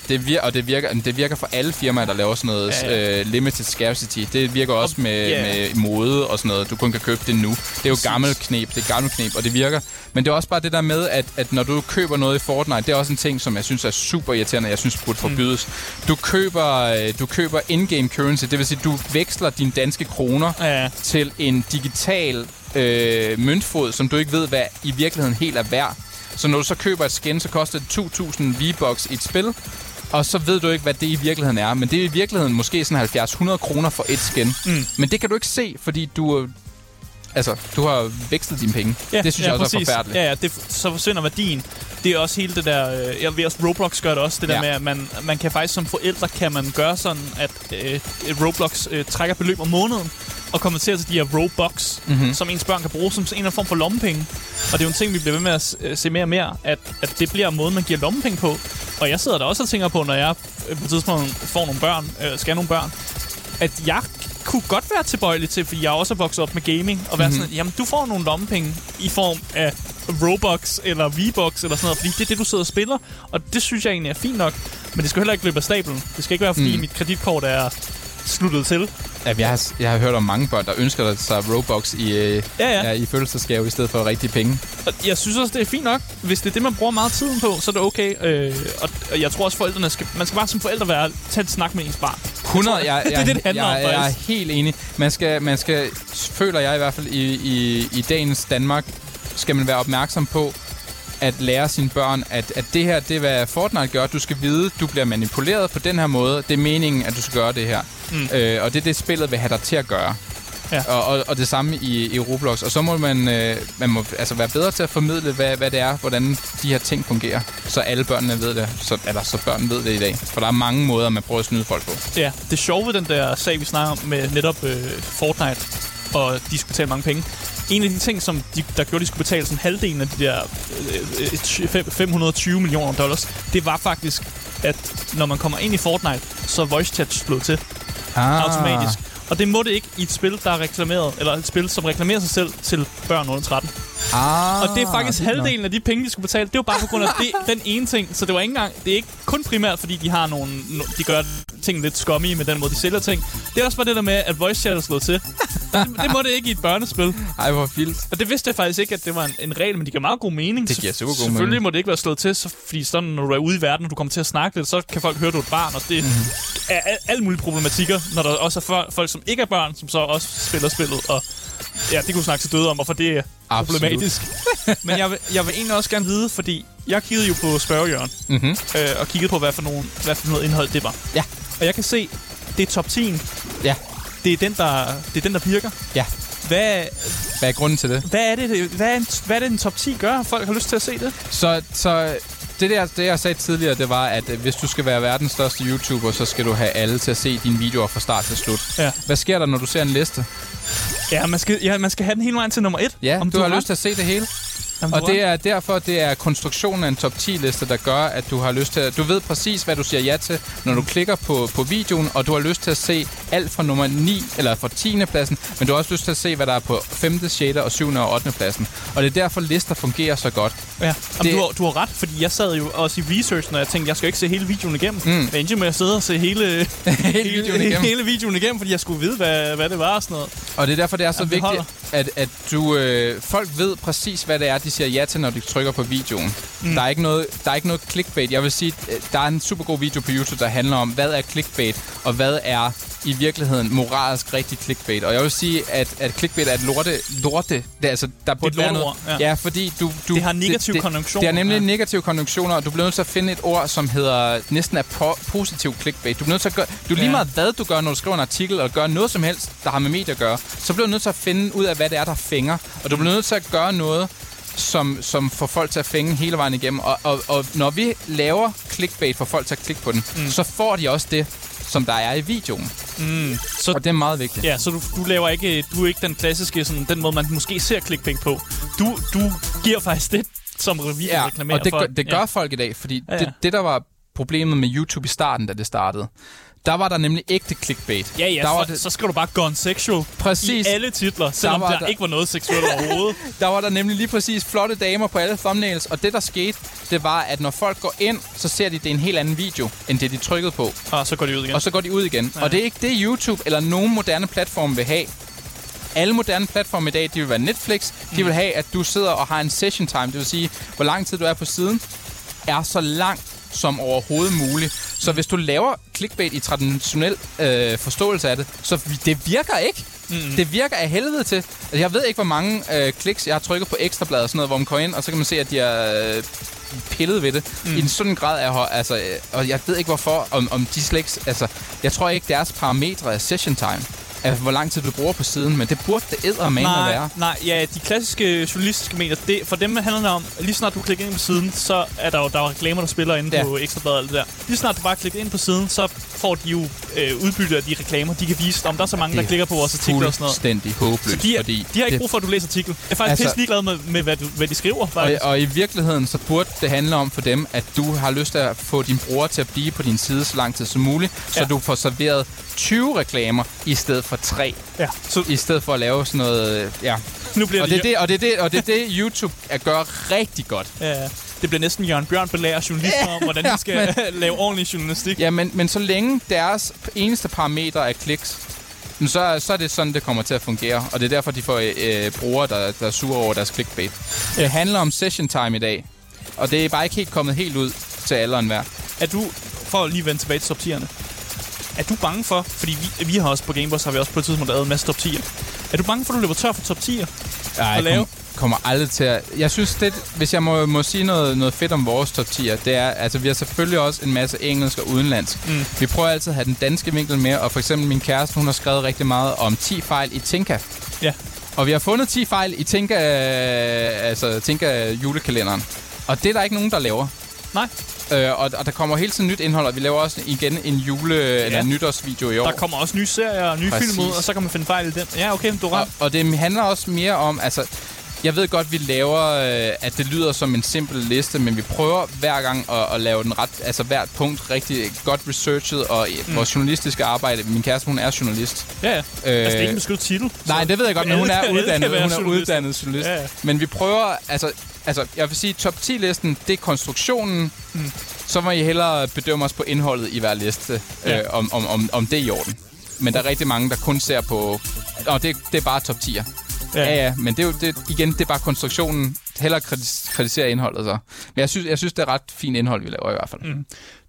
det vir- og det virker, det virker for alle firmaer, der laver sådan noget ja, ja. Uh, limited scarcity. Det virker også med, yeah. med mode og sådan noget. Du kun kan købe det nu. Det er jo gammelt knep, det er gammelt knep, og det virker. Men det er også bare det der med, at, at når du køber noget i Fortnite, det er også en ting, som jeg synes er super irriterende, jeg synes burde forbydes. Mm. Du køber, du køber in-game currency, det vil sige, du veksler dine danske kroner ja. til en digital øh, møntfod, som du ikke ved, hvad i virkeligheden helt er værd. Så når du så køber et skin, så koster det to tusind V-Bucks i et spil, og så ved du ikke, hvad det i virkeligheden er. Men det er i virkeligheden måske sådan halvfjerds til hundrede kroner for et skin. Mm. Men det kan du ikke se, fordi du... Altså, du har vekslet dine penge. Ja, det synes ja, jeg også præcis. er forfærdeligt. Ja, ja, det, så forsvinder værdien. Det er også hele det der... Øh, jeg ved også, Roblox gør det også. Det ja. der med, at man, man kan faktisk som forældre, kan man gøre sådan, at øh, Roblox øh, trækker beløb om måneden, og konverterer til de her Robux, mm-hmm. som ens børn kan bruge som en eller anden form for lommepenge. Og det er jo en ting, vi bliver ved med at se mere og mere, at, at det bliver måden, man giver lommepenge på. Og jeg sidder der også og tænker på, når jeg på et tidspunkt får nogle børn, øh, skal have nogle børn, at jeg kunne godt være tilbøjelig til, fordi jeg også er vokset op med gaming, og være mm-hmm. sådan, jamen du får nogle lommepenge i form af Robux eller V-Bucks eller sådan noget, fordi det er det, du sidder og spiller, og det synes jeg egentlig er fint nok, men det skal heller ikke løbe af stablen. Det skal ikke være, fordi mm. mit kreditkort er sluttet til. Ja, jeg, har, jeg har hørt om mange børn, der ønsker sig Robux i, øh, ja, ja. Ja, i fødselsdagsgave i stedet for rigtige penge. Og jeg synes også, det er fint nok. Hvis det er det, man bruger meget tiden på, så er det okay. Øh, og, og jeg tror også, forældrene skal... Man skal bare som forældre være tæt snak med ens barn. hundrede, jeg, jeg, det er det, det handler jeg, om, jeg, jeg er helt enig. Man skal, man skal, føler jeg i hvert fald, i, i, i dagens Danmark, skal man være opmærksom på, at lære sine børn, at, at det her, det er, hvad Fortnite gør. Du skal vide, du bliver manipuleret på den her måde. Det er meningen, at du skal gøre det her. Mm. Øh, og det er det, spillet vil have dig til at gøre. Ja. Og, og, og det samme i, i Roblox. Og så må man, øh, man må, altså være bedre til at formidle, hvad, hvad det er, hvordan de her ting fungerer. Så alle børnene ved det. Så, eller så børn ved det i dag. For der er mange måder, man prøver at snyde folk på. Ja, det sjove ved den der sag, vi snakker om med netop øh, Fortnite, og de skulle betale mange penge. En af de ting, som de, der gjorde, de skulle betale sådan halvdelen af de der øh, fem hundrede og tyve millioner dollars, det var faktisk, at når man kommer ind i Fortnite, så er voice chat slået til ah. automatisk. Og det må det ikke i et spil, der er reklameret, eller et spil, som reklamerer sig selv til børn under tretten. Ah, og det er faktisk det halvdelen nok. af de penge, de skulle betale. Det var bare på grund af det, den ene ting. Så det var ikke engang, det er ikke kun primært, fordi de har nogle, de gør ting lidt skummy med den måde, de sælger ting. Det er også bare det der med, at voice chat er slået til. det, det må det ikke i et børnespil. Ej, hvor vildt. Og det vidste jeg faktisk ikke, at det var en, en regel, men det giver meget god mening. Det giver super god Selvfølgelig mening. må det ikke være slået til, så, fordi sådan, når du er ude i verden, og du kommer til at snakke lidt, så kan folk høre, at du er et barn, og det mm-hmm. er alle mulige problematikker, når der også er folk, som ikke er børn, som så også spiller spillet, og ja, det kunne snakke til døde om, hvorfor det er Absolut. problematisk. Men jeg vil, jeg vil egentlig også gerne vide, fordi jeg kiggede jo på spørgehjørnet, mm-hmm. øh, og kiggede på, hvad for, nogle, hvad for noget indhold det var. Ja. Og jeg kan se, det er top ti. Ja. Det er den, der, det er den, der virker. Ja. Hvad, hvad er grunden til det? Hvad er det, hvad er, en, hvad er det, en top ti gør? Folk har lyst til at se det? Så, så det, der, det, jeg sagde tidligere, det var, at hvis du skal være verdens største YouTuber, så skal du have alle til at se dine videoer fra start til slut. Ja. Hvad sker der, når du ser en liste? Ja, man skal, ja, man skal have den hele vejen til nummer et. Ja, om du, du har ret. lyst til at se det hele. Jamen, og det er derfor, det er konstruktionen af en top ti-liste, der gør, at du har lyst til at... Du ved præcis, hvad du siger ja til, når du klikker på, på videoen, og du har lyst til at se alt fra nummer ni, eller fra tiende pladsen, men du har også lyst til at se, hvad der er på femte, sjette og syvende og ottende pladsen. Og det er derfor, lister fungerer så godt. Ja, det... Jamen, du, har, du har ret, fordi jeg sad jo også i research, når jeg tænkte, jeg skal ikke se hele videoen igennem. Mm. Jeg endte med at sidde og se hele, hele, videoen igennem. hele videoen igennem, fordi jeg skulle vide, hvad, hvad det var og sådan noget. Og det er derfor, det er så Jamen, vigtigt, at, at du, øh, folk ved præcis, hvad det er, de siger ja til, når de trykker på videoen. Mm. Der er ikke noget, der er ikke noget clickbait. Jeg vil sige, der er en super god video på YouTube, der handler om, hvad er clickbait, og hvad er i virkeligheden moralsk rigtig clickbait. Og jeg vil sige, at, at clickbait er et lorte... lorte. Det, altså, der burde være noget... Ja. ja, fordi du... du det har negative konjunktioner. Det har nemlig ja. negative konjunktioner, og du bliver nødt til at finde et ord, som hedder næsten er po- positiv clickbait. Du bliver nødt til at gøre... Du er lige meget, hvad du gør, når du skriver en artikel, eller gør noget som helst, der har med medier at gøre, så bliver du nødt til at finde ud af, hvad det er, der fænger. Og du bliver nødt til at gøre noget, som, som får folk til at fænge hele vejen igennem. Og, og, og når vi laver clickbait for folk til at klikke på den, mm. så får de også det, som der er i videoen. Mm. Så, og det er meget vigtigt. Ja, så du, du laver ikke, du er ikke den klassiske, sådan, den måde, man måske ser clickbait på. Du, du giver faktisk det, som review ja, reklamerer og det for. Gør, det gør ja. folk i dag, fordi ja, ja. Det, det, der var problemet med YouTube i starten, da det startede, Der var der nemlig ægte clickbait. Ja, ja, der så, var det... så skal du bare gone sexual. Præcis. I alle titler, selvom der, der, der ikke var noget seksuelt overhovedet. Der var der nemlig lige præcis flotte damer på alle thumbnails, og det der skete, det var, at når folk går ind, så ser de, det er en helt anden video, end det de trykkede på. Og så går de ud igen. Og så går de ud igen. Ja. Og det er ikke det, YouTube eller nogen moderne platform vil have. Alle moderne platforme i dag, de vil være Netflix. De mm. vil have, at du sidder og har en session time. Det vil sige, hvor lang tid du er på siden, er så lang som overhovedet muligt. Så hvis du laver clickbait i traditionel øh, forståelse af det, så det virker ikke. Mm. Det virker af helvede til. Altså, jeg ved ikke, hvor mange øh, kliks jeg har trykket på Ekstrabladet og sådan noget, hvor man går ind, og så kan man se, at de er øh, pillet ved det. Mm. I en sådan grad af, altså, øh, og jeg ved ikke hvorfor, om, om de slet ikke, altså, jeg tror ikke, deres parametre er session time. Altså, hvor lang tid du bruger på siden, men det burde det eddermame nej, være. Nej, ja, de klassiske journalistiske medier, det, for dem handler det om, lige snart du klikker ind på siden, så er der jo der er reklamer, der spiller inde ja. på Ekstrabladet og alt det der. Lige snart du bare klikker ind på siden, så får de jo øh, udbytte af de reklamer, de kan vise, om der er så mange, der klikker på vores artikler og sådan noget. Fuldstændig håbløst, de, fordi... De har ikke det, brug for, at du læser artiklen. Jeg er faktisk altså, pisse ligeglad med, med hvad, du, hvad de skriver. Og, og i virkeligheden, så burde det handle om for dem, at du har lyst til at få din bruger til at blive på din side så lang tid som muligt, ja. så du får serveret tyve reklamer i stedet for tre. Ja. Så i stedet for at lave sådan noget, ja. Nu bliver og det, det, det og det er det og det er det YouTube er gør rigtig godt. Ja. Det bliver næsten Jørgen Bjørn belærer journalister om, hvordan de skal men, lave ordentlig journalistik. Ja, men men så længe deres eneste parameter er kliks, så så er det sådan det kommer til at fungere, og det er derfor de får øh, brugere der der er sure over deres clickbait. Ja. Det handler om session time i dag, og det er bare ikke helt kommet helt ud til alle og enhver. Er du for at lige vende tilbage til top tierne? Er du bange for, fordi vi, vi har også på Gameboys, har vi også på et tidspunkt lavet en masse top tier. Er du bange for, at du løber tør for top tier? Nej, jeg kom, kommer aldrig til at... Jeg synes, det, hvis jeg må, må sige noget, noget fedt om vores top tier, det er, altså vi har selvfølgelig også en masse engelsk og udenlandsk. Mm. Vi prøver altid at have den danske vinkel med, og for eksempel min kæreste, hun har skrevet rigtig meget om ti fejl i Tinka. Ja. Og vi har fundet ti fejl i Tinka, altså Tinka julekalenderen. Og det er der ikke nogen, der laver. Nej. Øh, og, og der kommer hele tiden nyt indhold, og vi laver også igen en jule- ja. eller en nytårsvideo i år. Der kommer også nye serier og nye Præcis. film ud, og så kan man finde fejl i den. Ja, okay, du er ret. Og, og det handler også mere om, altså... Jeg ved godt, vi laver, øh, at det lyder som en simpel liste, men vi prøver hver gang at, at lave den ret, altså hvert punkt rigtig godt researchet, og mm. vores journalistiske arbejde. Min kæreste, hun er journalist. Ja, ja. Øh, altså, det er ikke en beskyttet titel. Nej, det ved jeg godt, men hun er uddannet, hun er uddannet journalist. Ja, ja. Men vi prøver, altså, altså, jeg vil sige, top ti-listen, det er konstruktionen. Mm. Så må I hellere bedømme os på indholdet i hver liste, ja. øh, om, om, om, om det er i orden. Men der er rigtig mange, der kun ser på, og det, det er bare top tier. Ja. ja, ja, men det er jo det, igen, det er bare konstruktionen. Heller kritis- kritisere indholdet så. Men jeg synes, jeg synes, det er ret fint indhold, vi laver i hvert fald. Mm.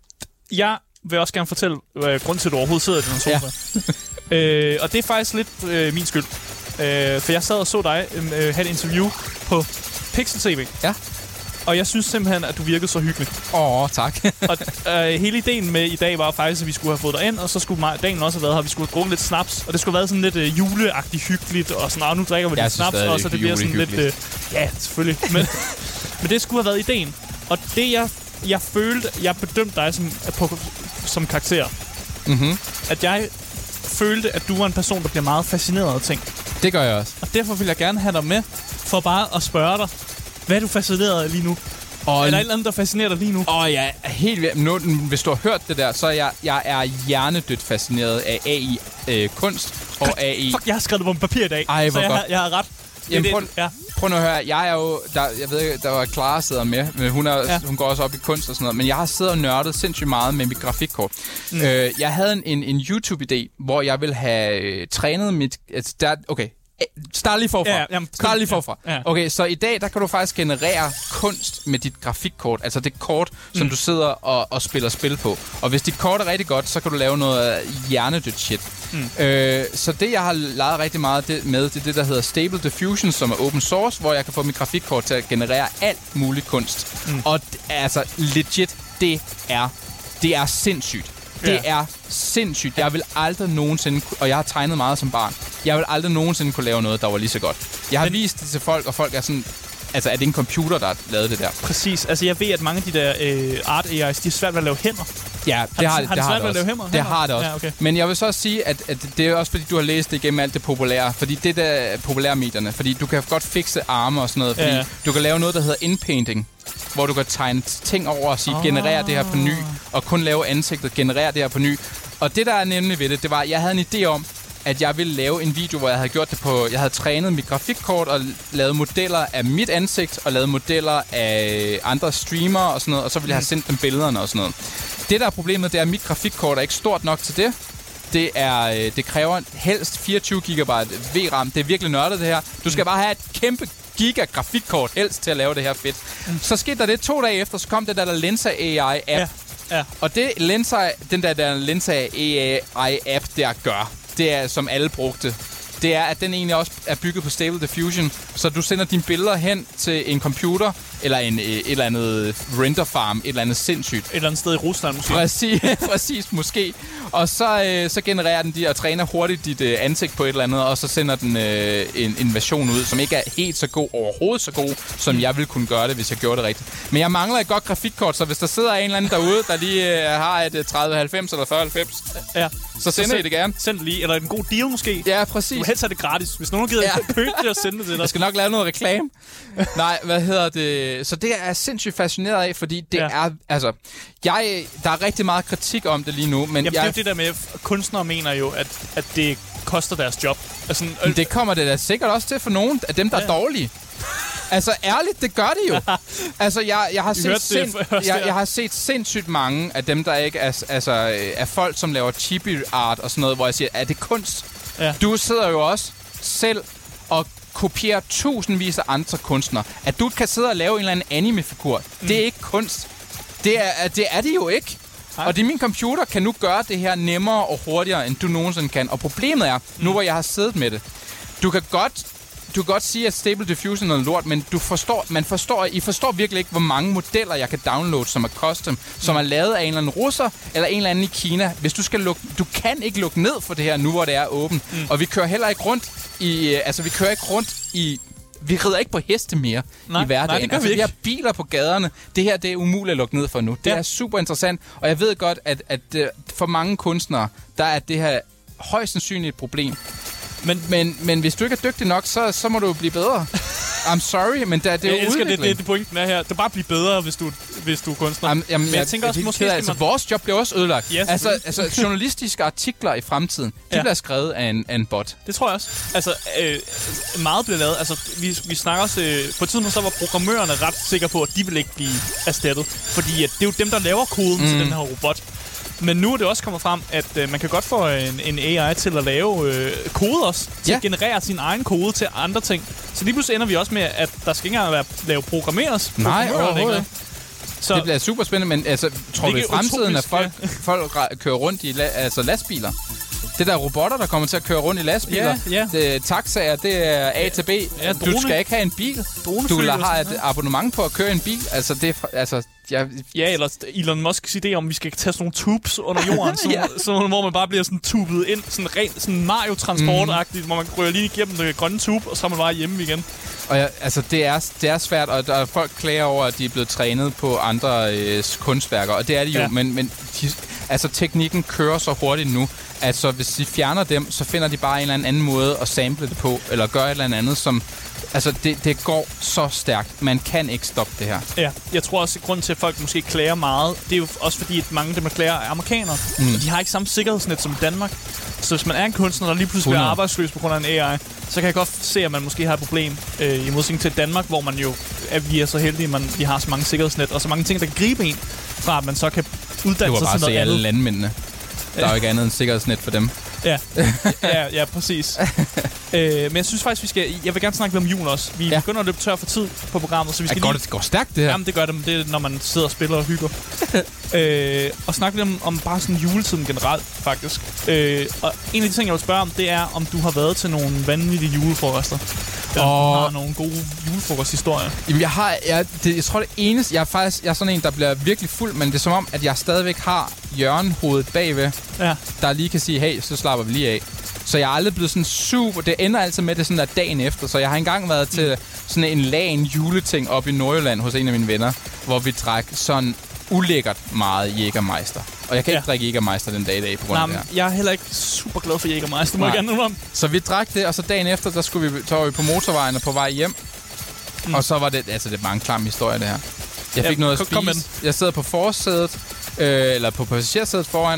Jeg vil også gerne fortælle, hvad grunden til, at du overhovedet sidder i den sofa. Ja. øh, og det er faktisk lidt øh, min skyld. Øh, for jeg sad og så dig øh, have et interview på Pixel T V. Ja. Og jeg synes simpelthen, at du virkede så hyggelig. Åh, oh, tak. og øh, hele ideen med i dag var faktisk, at vi skulle have fået dig ind, og så skulle mig, dagen også have været her, vi skulle have drukket lidt snaps, og det skulle have været sådan lidt øh, juleagtigt hyggeligt, og sådan, og nu drikker vi lidt snaps, og så det bliver sådan lidt... Øh, ja, selvfølgelig. Men, men det skulle have været ideen. Og det, jeg, jeg følte, jeg bedømte dig som, på, som karakter. Mm-hmm. At jeg følte, at du var en person, der bliver meget fascineret af ting. Det gør jeg også. Og derfor vil jeg gerne have dig med, for bare at spørge dig, hvad er du fascineret af lige nu? Og er der et eller andet, der fascinerer dig lige nu? Åh, oh, ja, helt vildt. Nu, hvis du har hørt det der, så er jeg, jeg er hjernedødt fascineret af A I-kunst øh, og A I... Fuck, jeg har skrevet det på en papir i dag, Ej, så jeg har, jeg har ret. Jamen, prøv, ja. prøv nu at høre. Jeg er jo... Der, jeg ved ikke, der var Clara sidder med, men hun, er, ja. hun går også op i kunst og sådan noget. Men jeg har siddet og nørdet sindssygt meget med mit grafikkort. Mm. Øh, jeg havde en, en, en YouTube-idé, hvor jeg ville have øh, trænet mit... Altså, der, okay... Start lige forfra. Ja, jamen, Start lige forfra. Ja, ja. Okay, så i dag, der kan du faktisk generere kunst med dit grafikkort. Altså det kort, mm. som du sidder og, og spiller spil på. Og hvis dit kort er rigtig godt, så kan du lave noget hjernedødt shit. Mm. Øh, så det, jeg har leget rigtig meget det, med, det er det, der hedder Stable Diffusion, som er open source, hvor jeg kan få mit grafikkort til at generere alt muligt kunst. Mm. Og altså, legit, det er, det er sindssygt. Det ja. er sindssygt. Jeg vil aldrig nogensinde... Og jeg har tegnet meget som barn. Jeg vil aldrig nogensinde kunne lave noget, der var lige så godt. Jeg har Men... vist det til folk, og folk er sådan... Altså, er det en computer, der har lavet det der? Præcis. Altså, jeg ved, at mange af de der øh, art A I's, de er svært ved at lave hænder. Ja, det har, har, har det, det har det også. Hænder? Det har det også. Ja, okay. Men jeg vil så også sige, at, at det er også, fordi du har læst det igennem alt det populære. Fordi det der er populære medierne. Fordi du kan godt fikse arme og sådan noget. Fordi ja. du kan lave noget, der hedder inpainting. Hvor du kan tegne ting over og sige, oh. generere det her på ny. Og kun lave ansigtet, generere det her på ny. Og det, der er nemlig ved det, det var, at jeg havde en idé om, at jeg ville lave en video, hvor jeg havde gjort det på... Jeg havde trænet mit grafikkort og lavet modeller af mit ansigt, og lavet modeller af andre streamere og sådan noget, og så ville jeg have sendt dem billederne og sådan noget. Det, der er problemet, det er, at mit grafikkort er ikke stort nok til det. Det, er, det kræver helst fireogtyve gigabyte V RAM. Det er virkelig nørdet, det her. Du skal bare have et kæmpe giga-grafikkort helst til at lave det her fedt. Mm. Så skete der det to dage efter, så kom det der, der Lensa A I-app. Ja. Ja. Og det Lensa, den der, der Lensa A I-app der gør, det er, som alle brugte, det er, at den egentlig også er bygget på Stable Diffusion. Så du sender dine billeder hen til en computer, eller en, et eller andet render farm, et eller andet sindssygt. Et eller andet sted i Rusland måske. Præcis, præcis måske. Og så, øh, så genererer den de og træner hurtigt dit øh, ansigt på et eller andet, og så sender den øh, en, en version ud, som ikke er helt så god, overhovedet så god, som jeg ville kunne gøre det, hvis jeg gjorde det rigtigt. Men jeg mangler et godt grafikkort, så hvis der sidder en eller anden derude, der lige øh, har et øh, tredive halvfems eller fyrre halvfems, ja. så sender så I det gerne. Send det lige, eller en god deal måske. Ja, præcis. Du helst have det gratis. Hvis nogen gider ja. købe det og sende det til dig. Jeg skal nok lave noget reklame. Nej, hvad hedder det? Så det er jeg sindssygt fascineret af, fordi det ja. er... Altså, jeg, der er rigtig meget kritik om det lige nu, men... Jamen, jeg, det er jo det der med, at kunstnere mener jo, at, at det koster deres job. Altså, øh, det kommer det da sikkert også til for nogen af dem, der ja. er dårlige. Altså, ærligt, det gør det jo. Altså, jeg, jeg, har set sind, jeg, jeg har set sindssygt mange af dem, der ikke er... Altså, er folk, som laver chibi art og sådan noget, hvor jeg siger, er det kunst? Ja. Du sidder jo også selv og kopierer tusindvis af andre kunstnere. At du kan sidde og lave en eller anden anime-figur, mm. det er ikke kunst. Det er det, er det jo ikke. Ej. Og det min computer kan nu gøre det her nemmere og hurtigere, end du nogensinde kan. Og problemet er, mm. nu hvor jeg har siddet med det, du kan godt... Du kan godt sige, at Stable Diffusion er lort, men du forstår, man forstår, I forstår virkelig ikke, hvor mange modeller, jeg kan downloade, som er custom, som er lavet af en eller anden russer, eller en eller anden i Kina. Hvis du skal lukke, du kan ikke lukke ned for det her, nu hvor det er åbent. Mm. Og vi kører heller ikke rundt i, altså vi kører ikke rundt i, vi rider ikke på heste mere nej, i hverdagen. Nej, det gør altså, vi, vi har biler på gaderne. Det her, det er umuligt at lukke ned for nu. Det ja. er super interessant, og jeg ved godt, at, at for mange kunstnere, der er det her højst sandsynligt et problem. Men, men, men hvis du ikke er dygtig nok, så, så må du jo blive bedre. I'm sorry, men det, det er jo jeg elsker udvikling. Det, det, det pointen er her. Det er bare at blive bedre, hvis du, hvis du er kunstner. Jamen, jamen, men jeg, jeg tænker også, måske... Altså, man... vores job bliver også ødelagt. Yes, altså, altså, journalistiske artikler i fremtiden, de ja. bliver skrevet af en, af en bot. Det tror jeg også. Altså, øh, meget bliver lavet. Altså, vi, vi snakker også... Øh, på et tidspunkt så var programmørerne ret sikre på, at de vil ikke blive erstattet. Fordi at det er jo dem, der laver koden mm. til den her robot. Men nu er det også kommet frem, at øh, man kan godt få en, en A I til at lave øh, kode også. Til ja. at generere sin egen kode til andre ting. Så lige pludselig ender vi også med, at der skal ikke engang være lave programmeres. Nej, overhovedet ikke. Så det bliver super spændende, men altså, tror du i fremtiden, at folk, ja. folk kører rundt i la- altså lastbiler? Det der robotter, der kommer til at køre rundt i lastbiler. Ja, ja. Det, taxaer, det er A til B. Ja, du skal ikke have en bil. Du har et abonnement på at køre en bil. Altså, det er... Altså, ja, ja, eller Elon Musks idé om, vi skal tage sådan nogle tubes under jorden, sådan, ja. sådan, hvor man bare bliver sådan tubet ind, sådan rent sådan Mario-transport-agtigt, mm. hvor man rører lige igennem den grønne tube, og så er man bare hjemme igen. Og ja, altså, det er, det er svært, og der er folk klager over, at de er blevet trænet på andre øh, kunstværker, og det er de jo, ja. men, men de, altså, teknikken kører så hurtigt nu, at så hvis de fjerner dem, så finder de bare en eller anden måde at sample det på, eller gøre et eller andet, som... Altså, det, det går så stærkt. Man kan ikke stoppe det her. Ja, jeg tror også, at grunden til, at folk måske klager meget, det er jo også fordi, at mange af dem, der klager, er amerikanere. Mm. Og de har ikke samme sikkerhedsnet som Danmark. Så hvis man er en kunstner, der lige pludselig bliver arbejdsløs på grund af en A I, så kan jeg godt se, at man måske har et problem øh, i modsætning til Danmark, hvor man jo er, vi er så heldige, at man, vi har så mange sikkerhedsnet, og så mange ting, der kan gribe en, fra at man så kan uddanne sig til noget andet. Du kan bare se alle landmændene. Der er jo ikke andet end sikkerhedsnet for dem. Ja, ja, ja, præcis. øh, men jeg synes faktisk, vi skal... Jeg vil gerne snakke lidt om jul også. Vi ja. begynder at løbe tør for tid på programmet, så vi skal går lige... Det går stærkt, det her. Jamen, det gør det, det er, når man sidder og spiller og hygger. øh, og snakke lidt om, om bare sådan juletiden generelt, faktisk. Øh, og en af de ting, jeg vil spørge om, det er, om du har været til nogle vanvittige julefrokoster. Eller og... du har nogle gode julefrokosthistorier. Jamen, jeg har... Jeg, det, jeg tror, det eneste... Jeg er faktisk jeg er sådan en, der bliver virkelig fuld, men det er som om, at jeg stadigvæk har hjørnehovedet bagved, ja. der lige kan sige, hey, så slapper vi lige af. Så jeg er aldrig blevet sådan super... Det ender altid med det sådan der dagen efter. Så jeg har engang været til mm. sådan en lagen juleting op i Nordjylland hos en af mine venner, hvor vi drak sådan ulækkert meget Jägermeister. Og jeg kan ja. ikke drikke Jägermeister den dag i dag på grund af det her. Jeg er heller ikke super glad for Jägermeister, må jeg gerne om. Så vi drak det, og så dagen efter, der skulle vi, så var vi på motorvejen og på vej hjem. Mm. Og så var det... Altså, det er bare en klam historie, det her. Jeg fik ja, noget at spise. Jeg sidder på forsædet, øh, eller på passagersædet foran,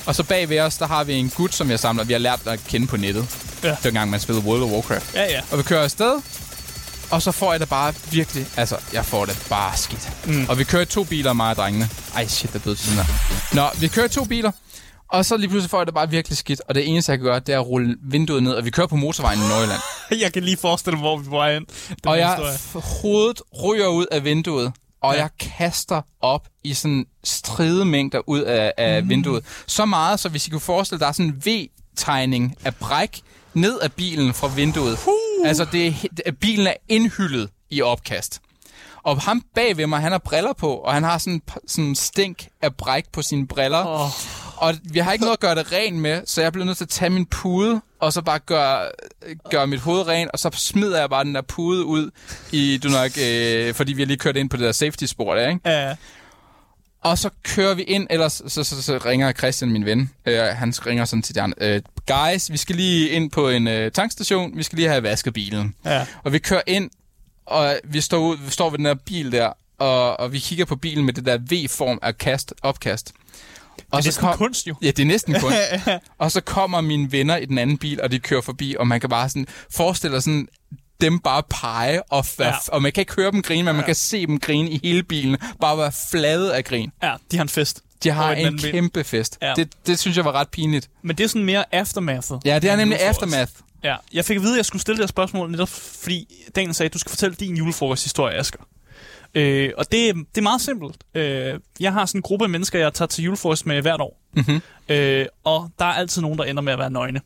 Og så bag ved os, der har vi en gut, som jeg samler. Vi har lært at kende på nettet. Ja. Dengang man spillede World of Warcraft. Ja, ja. Og vi kører afsted. Og så får jeg det bare virkelig... Altså, jeg får det bare skidt. Mm. Og vi kører to biler, mig og drengene. Ej, shit, der er blevet til sådan her. Nå, vi kører to biler. Og så lige pludselig får jeg det bare virkelig skidt. Og det eneste, jeg kan gøre, det er at rulle vinduet ned. Og vi kører på motorvejen i Nordjylland. Jeg kan lige forestille mig, hvor vi var hen. Og jeg hovedet ryger ud af vinduet. Og ja. jeg kaster op i sådan stridemængder ud af, af mm. vinduet. Så meget, så hvis I kunne forestille, der er sådan en V-tegning af bræk ned af bilen fra vinduet. Uh. Altså, det er, bilen er indhyllet i opkast. Og ham bag ved mig, han har briller på, og han har sådan en stink af bræk på sine briller. Oh. Og vi har ikke noget at gøre det rent med, så jeg bliver nødt til at tage min pude, og så bare gøre, gøre mit hoved rent, og så smider jeg bare den der pude ud i, du nok, øh, fordi vi har lige kørt ind på det der safety-spor der, ikke? Ja. Og så kører vi ind, ellers så, så, så ringer Christian, min ven. Øh, han ringer sådan til de andre. Øh, Guys, vi skal lige ind på en øh, tankstation. Vi skal lige have vasket bilen. Ja. Og vi kører ind, og vi står, ud, vi står ved den der bil der, og, og vi kigger på bilen med det der V-form af kast, opkast. Og det er så næsten kom, kunst, jo. Ja, det er næsten kunst. Og så kommer mine venner i den anden bil, og de kører forbi, og man kan bare sådan forestille sig sådan... dem bare pege, og, ja. og man kan ikke høre dem grine, men man ja. kan se dem grine i hele bilen. Bare være flade af grin. Ja, de har en fest. De har en kæmpe fest. Ja. Det, det synes jeg var ret pinligt. Men det er sådan mere aftermathet. Ja, det er nemlig aftermath. Ja, jeg fik at vide, at jeg skulle stille det her spørgsmål, netop fordi Daniel sagde, at du skal fortælle din julefrokosthistorie, Asger. Øh, og det, det er meget simpelt. Øh, jeg har sådan en gruppe af mennesker, jeg tager til julefrokost med hvert år. Mm-hmm. Øh, og der er altid nogen, der ender med at være nøgne.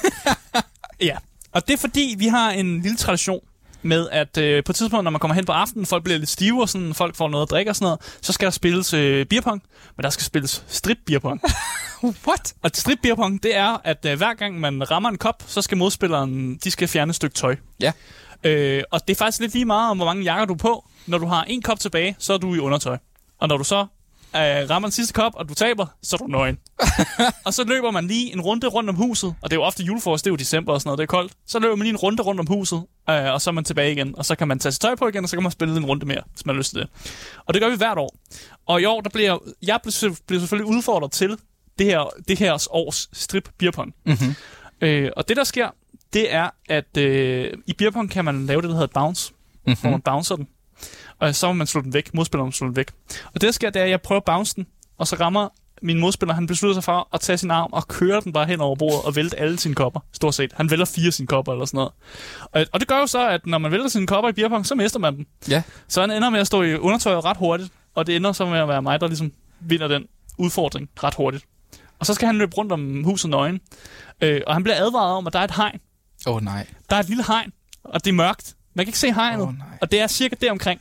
Ja. Og det er fordi, vi har en lille tradition med, at øh, på et tidspunkt, når man kommer hen på aftenen, folk bliver lidt stive, og sådan, folk får noget at drikke og sådan noget, så skal der spilles øh, beerpong, men der skal spilles strip-beerpong. What? Og strip-beerpong, det er, at øh, hver gang man rammer en kop, så skal modspilleren, de skal fjerne et stykke tøj. Ja. Øh, og det er faktisk lidt lige meget om, hvor mange jakker du er på. Når du har en kop tilbage, så er du i undertøj. Og når du så øh, rammer den sidste kop, og du taber, så er du nøgen. Og så løber man lige en runde rundt om huset, og det er jo ofte julefrokost, det er jo december og sådan noget, det er koldt. Så løber man lige en runde rundt om huset, øh, og så er man tilbage igen, og så kan man tage sit tøj på igen, og så kan man spille en runde mere, hvis man har lyst til det. Og det gør vi hvert år. Og i år, der bliver jeg bliver selvfølgelig udfordret til det her, det her års strip beerpong. Mm-hmm. Øh, og det der sker, det er, at øh, i beerpong kan man lave det, der hedder et bounce, mm-hmm. hvor man bouncer den. Og så må man slå den væk, modspilleren slå den væk. Og det der sker, det er, at jeg prøver at bounce den, og så rammer min modspiller, han beslutter sig for at tage sin arm og køre den bare hen over bordet og vælte alle sine kopper, stort set. Han vælter fire sine kopper eller sådan noget. Og, og det gør jo så, at når man vælter sine kopper i beerpong, så mister man dem. Ja. Så han ender med at stå i undertøjet ret hurtigt, og det ender så med at være mig, der ligesom vinder den udfordring ret hurtigt. Og så skal han løbe rundt om huset nøgen. Øh, og han bliver advaret om, at der er et hegn. Åh oh, nej. Der er et lille hegn, og det er mørkt. Man kan ikke se hegnet, oh, og det er cirka deromkring.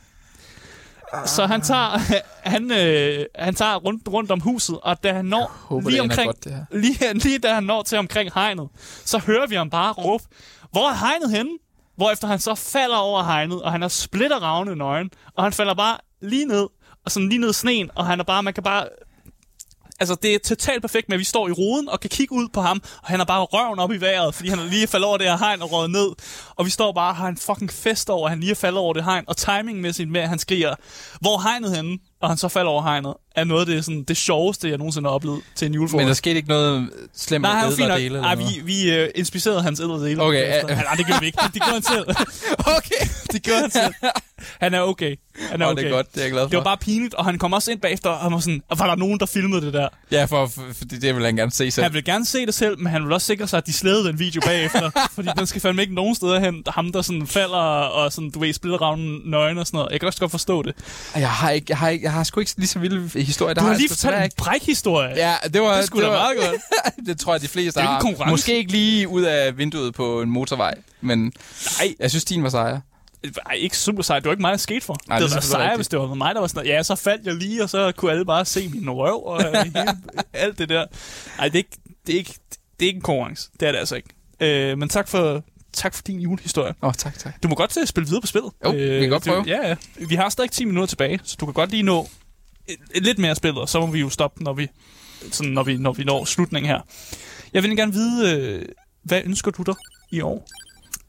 Så han tager han øh, han tager rundt rundt om huset, og da han når håber, lige omkring godt, lige lige da han når til omkring hegnet, så hører vi ham bare råbe: "Hvor er hegnet henne?" Hvorefter han så falder over hegnet, og han er splitteravne nøgen, og han falder bare lige ned, og sådan lige ned i sneen, og han er bare man kan bare altså, det er totalt perfekt med, at vi står i roden og kan kigge ud på ham, og han er bare røven op i vejret, fordi han er lige faldet over det her hegn og røget ned. Og vi står bare og har en fucking fest over, at han lige er faldet over det hegn, og timingmæssigt med, at han skriger: "Hvor er hegnet henne?" Og han så falder over hegnet, er noget af det, sådan, det sjoveste, jeg nogensinde har oplevet til en julefrokost. Men der skete ikke noget slemt med ædler dele? Nej, vi, vi uh, inspicerede hans ædler dele. Okay. Uh, nej, det gjorde vi ikke. Det, det gjorde han selv. Okay. Det gjorde han selv. Han er okay. Han er oh, okay. Det er godt, det er jeg glad for. Det var bare pinligt, og han kom også ind bagefter, og han var sådan, var der nogen, der filmede det der? Ja, for, for, for det, det vil han gerne se selv. Han vil gerne se det selv, men han vil også sikre sig, at de slædede den video bagefter, fordi den skal fandme ikke nogen steder hen. Ham, der sådan falder, og sådan, du ved, splitteravnen nøgen og sådan noget. Jeg kan også godt forstå det. Jeg har ikke, jeg har ikke, jeg har sgu ikke lige så vild historie. Du har, har lige fortalt en brækhistorie. Ja, det var det skulle det da var, meget godt. Det tror jeg, de fleste har. Måske ikke lige ud af vinduet på en motorvej, men nej, jeg synes, din var sejr. Ej, ikke super sejt. Det var ikke mig, der skete for. Nej, det, det var sejr, hvis det var mig, der var sådan, ja, så faldt jeg lige, og så kunne alle bare se min røv og hele, alt det der. Ej, det er ikke, det er ikke, det er ikke en konkurrence. Det er det altså ikke. Øh, men tak for, tak for din julehistorie. Åh, oh, tak, tak. Du må godt uh, spille videre på spillet. Jo, øh, vi kan godt prøve. Du, ja, vi har stadig ti minutter tilbage, så du kan godt lige nå et, lidt mere spillet, og så må vi jo stoppe, når vi, sådan, når vi, når vi når slutningen her. Jeg vil gerne vide, øh, hvad ønsker du dig i år?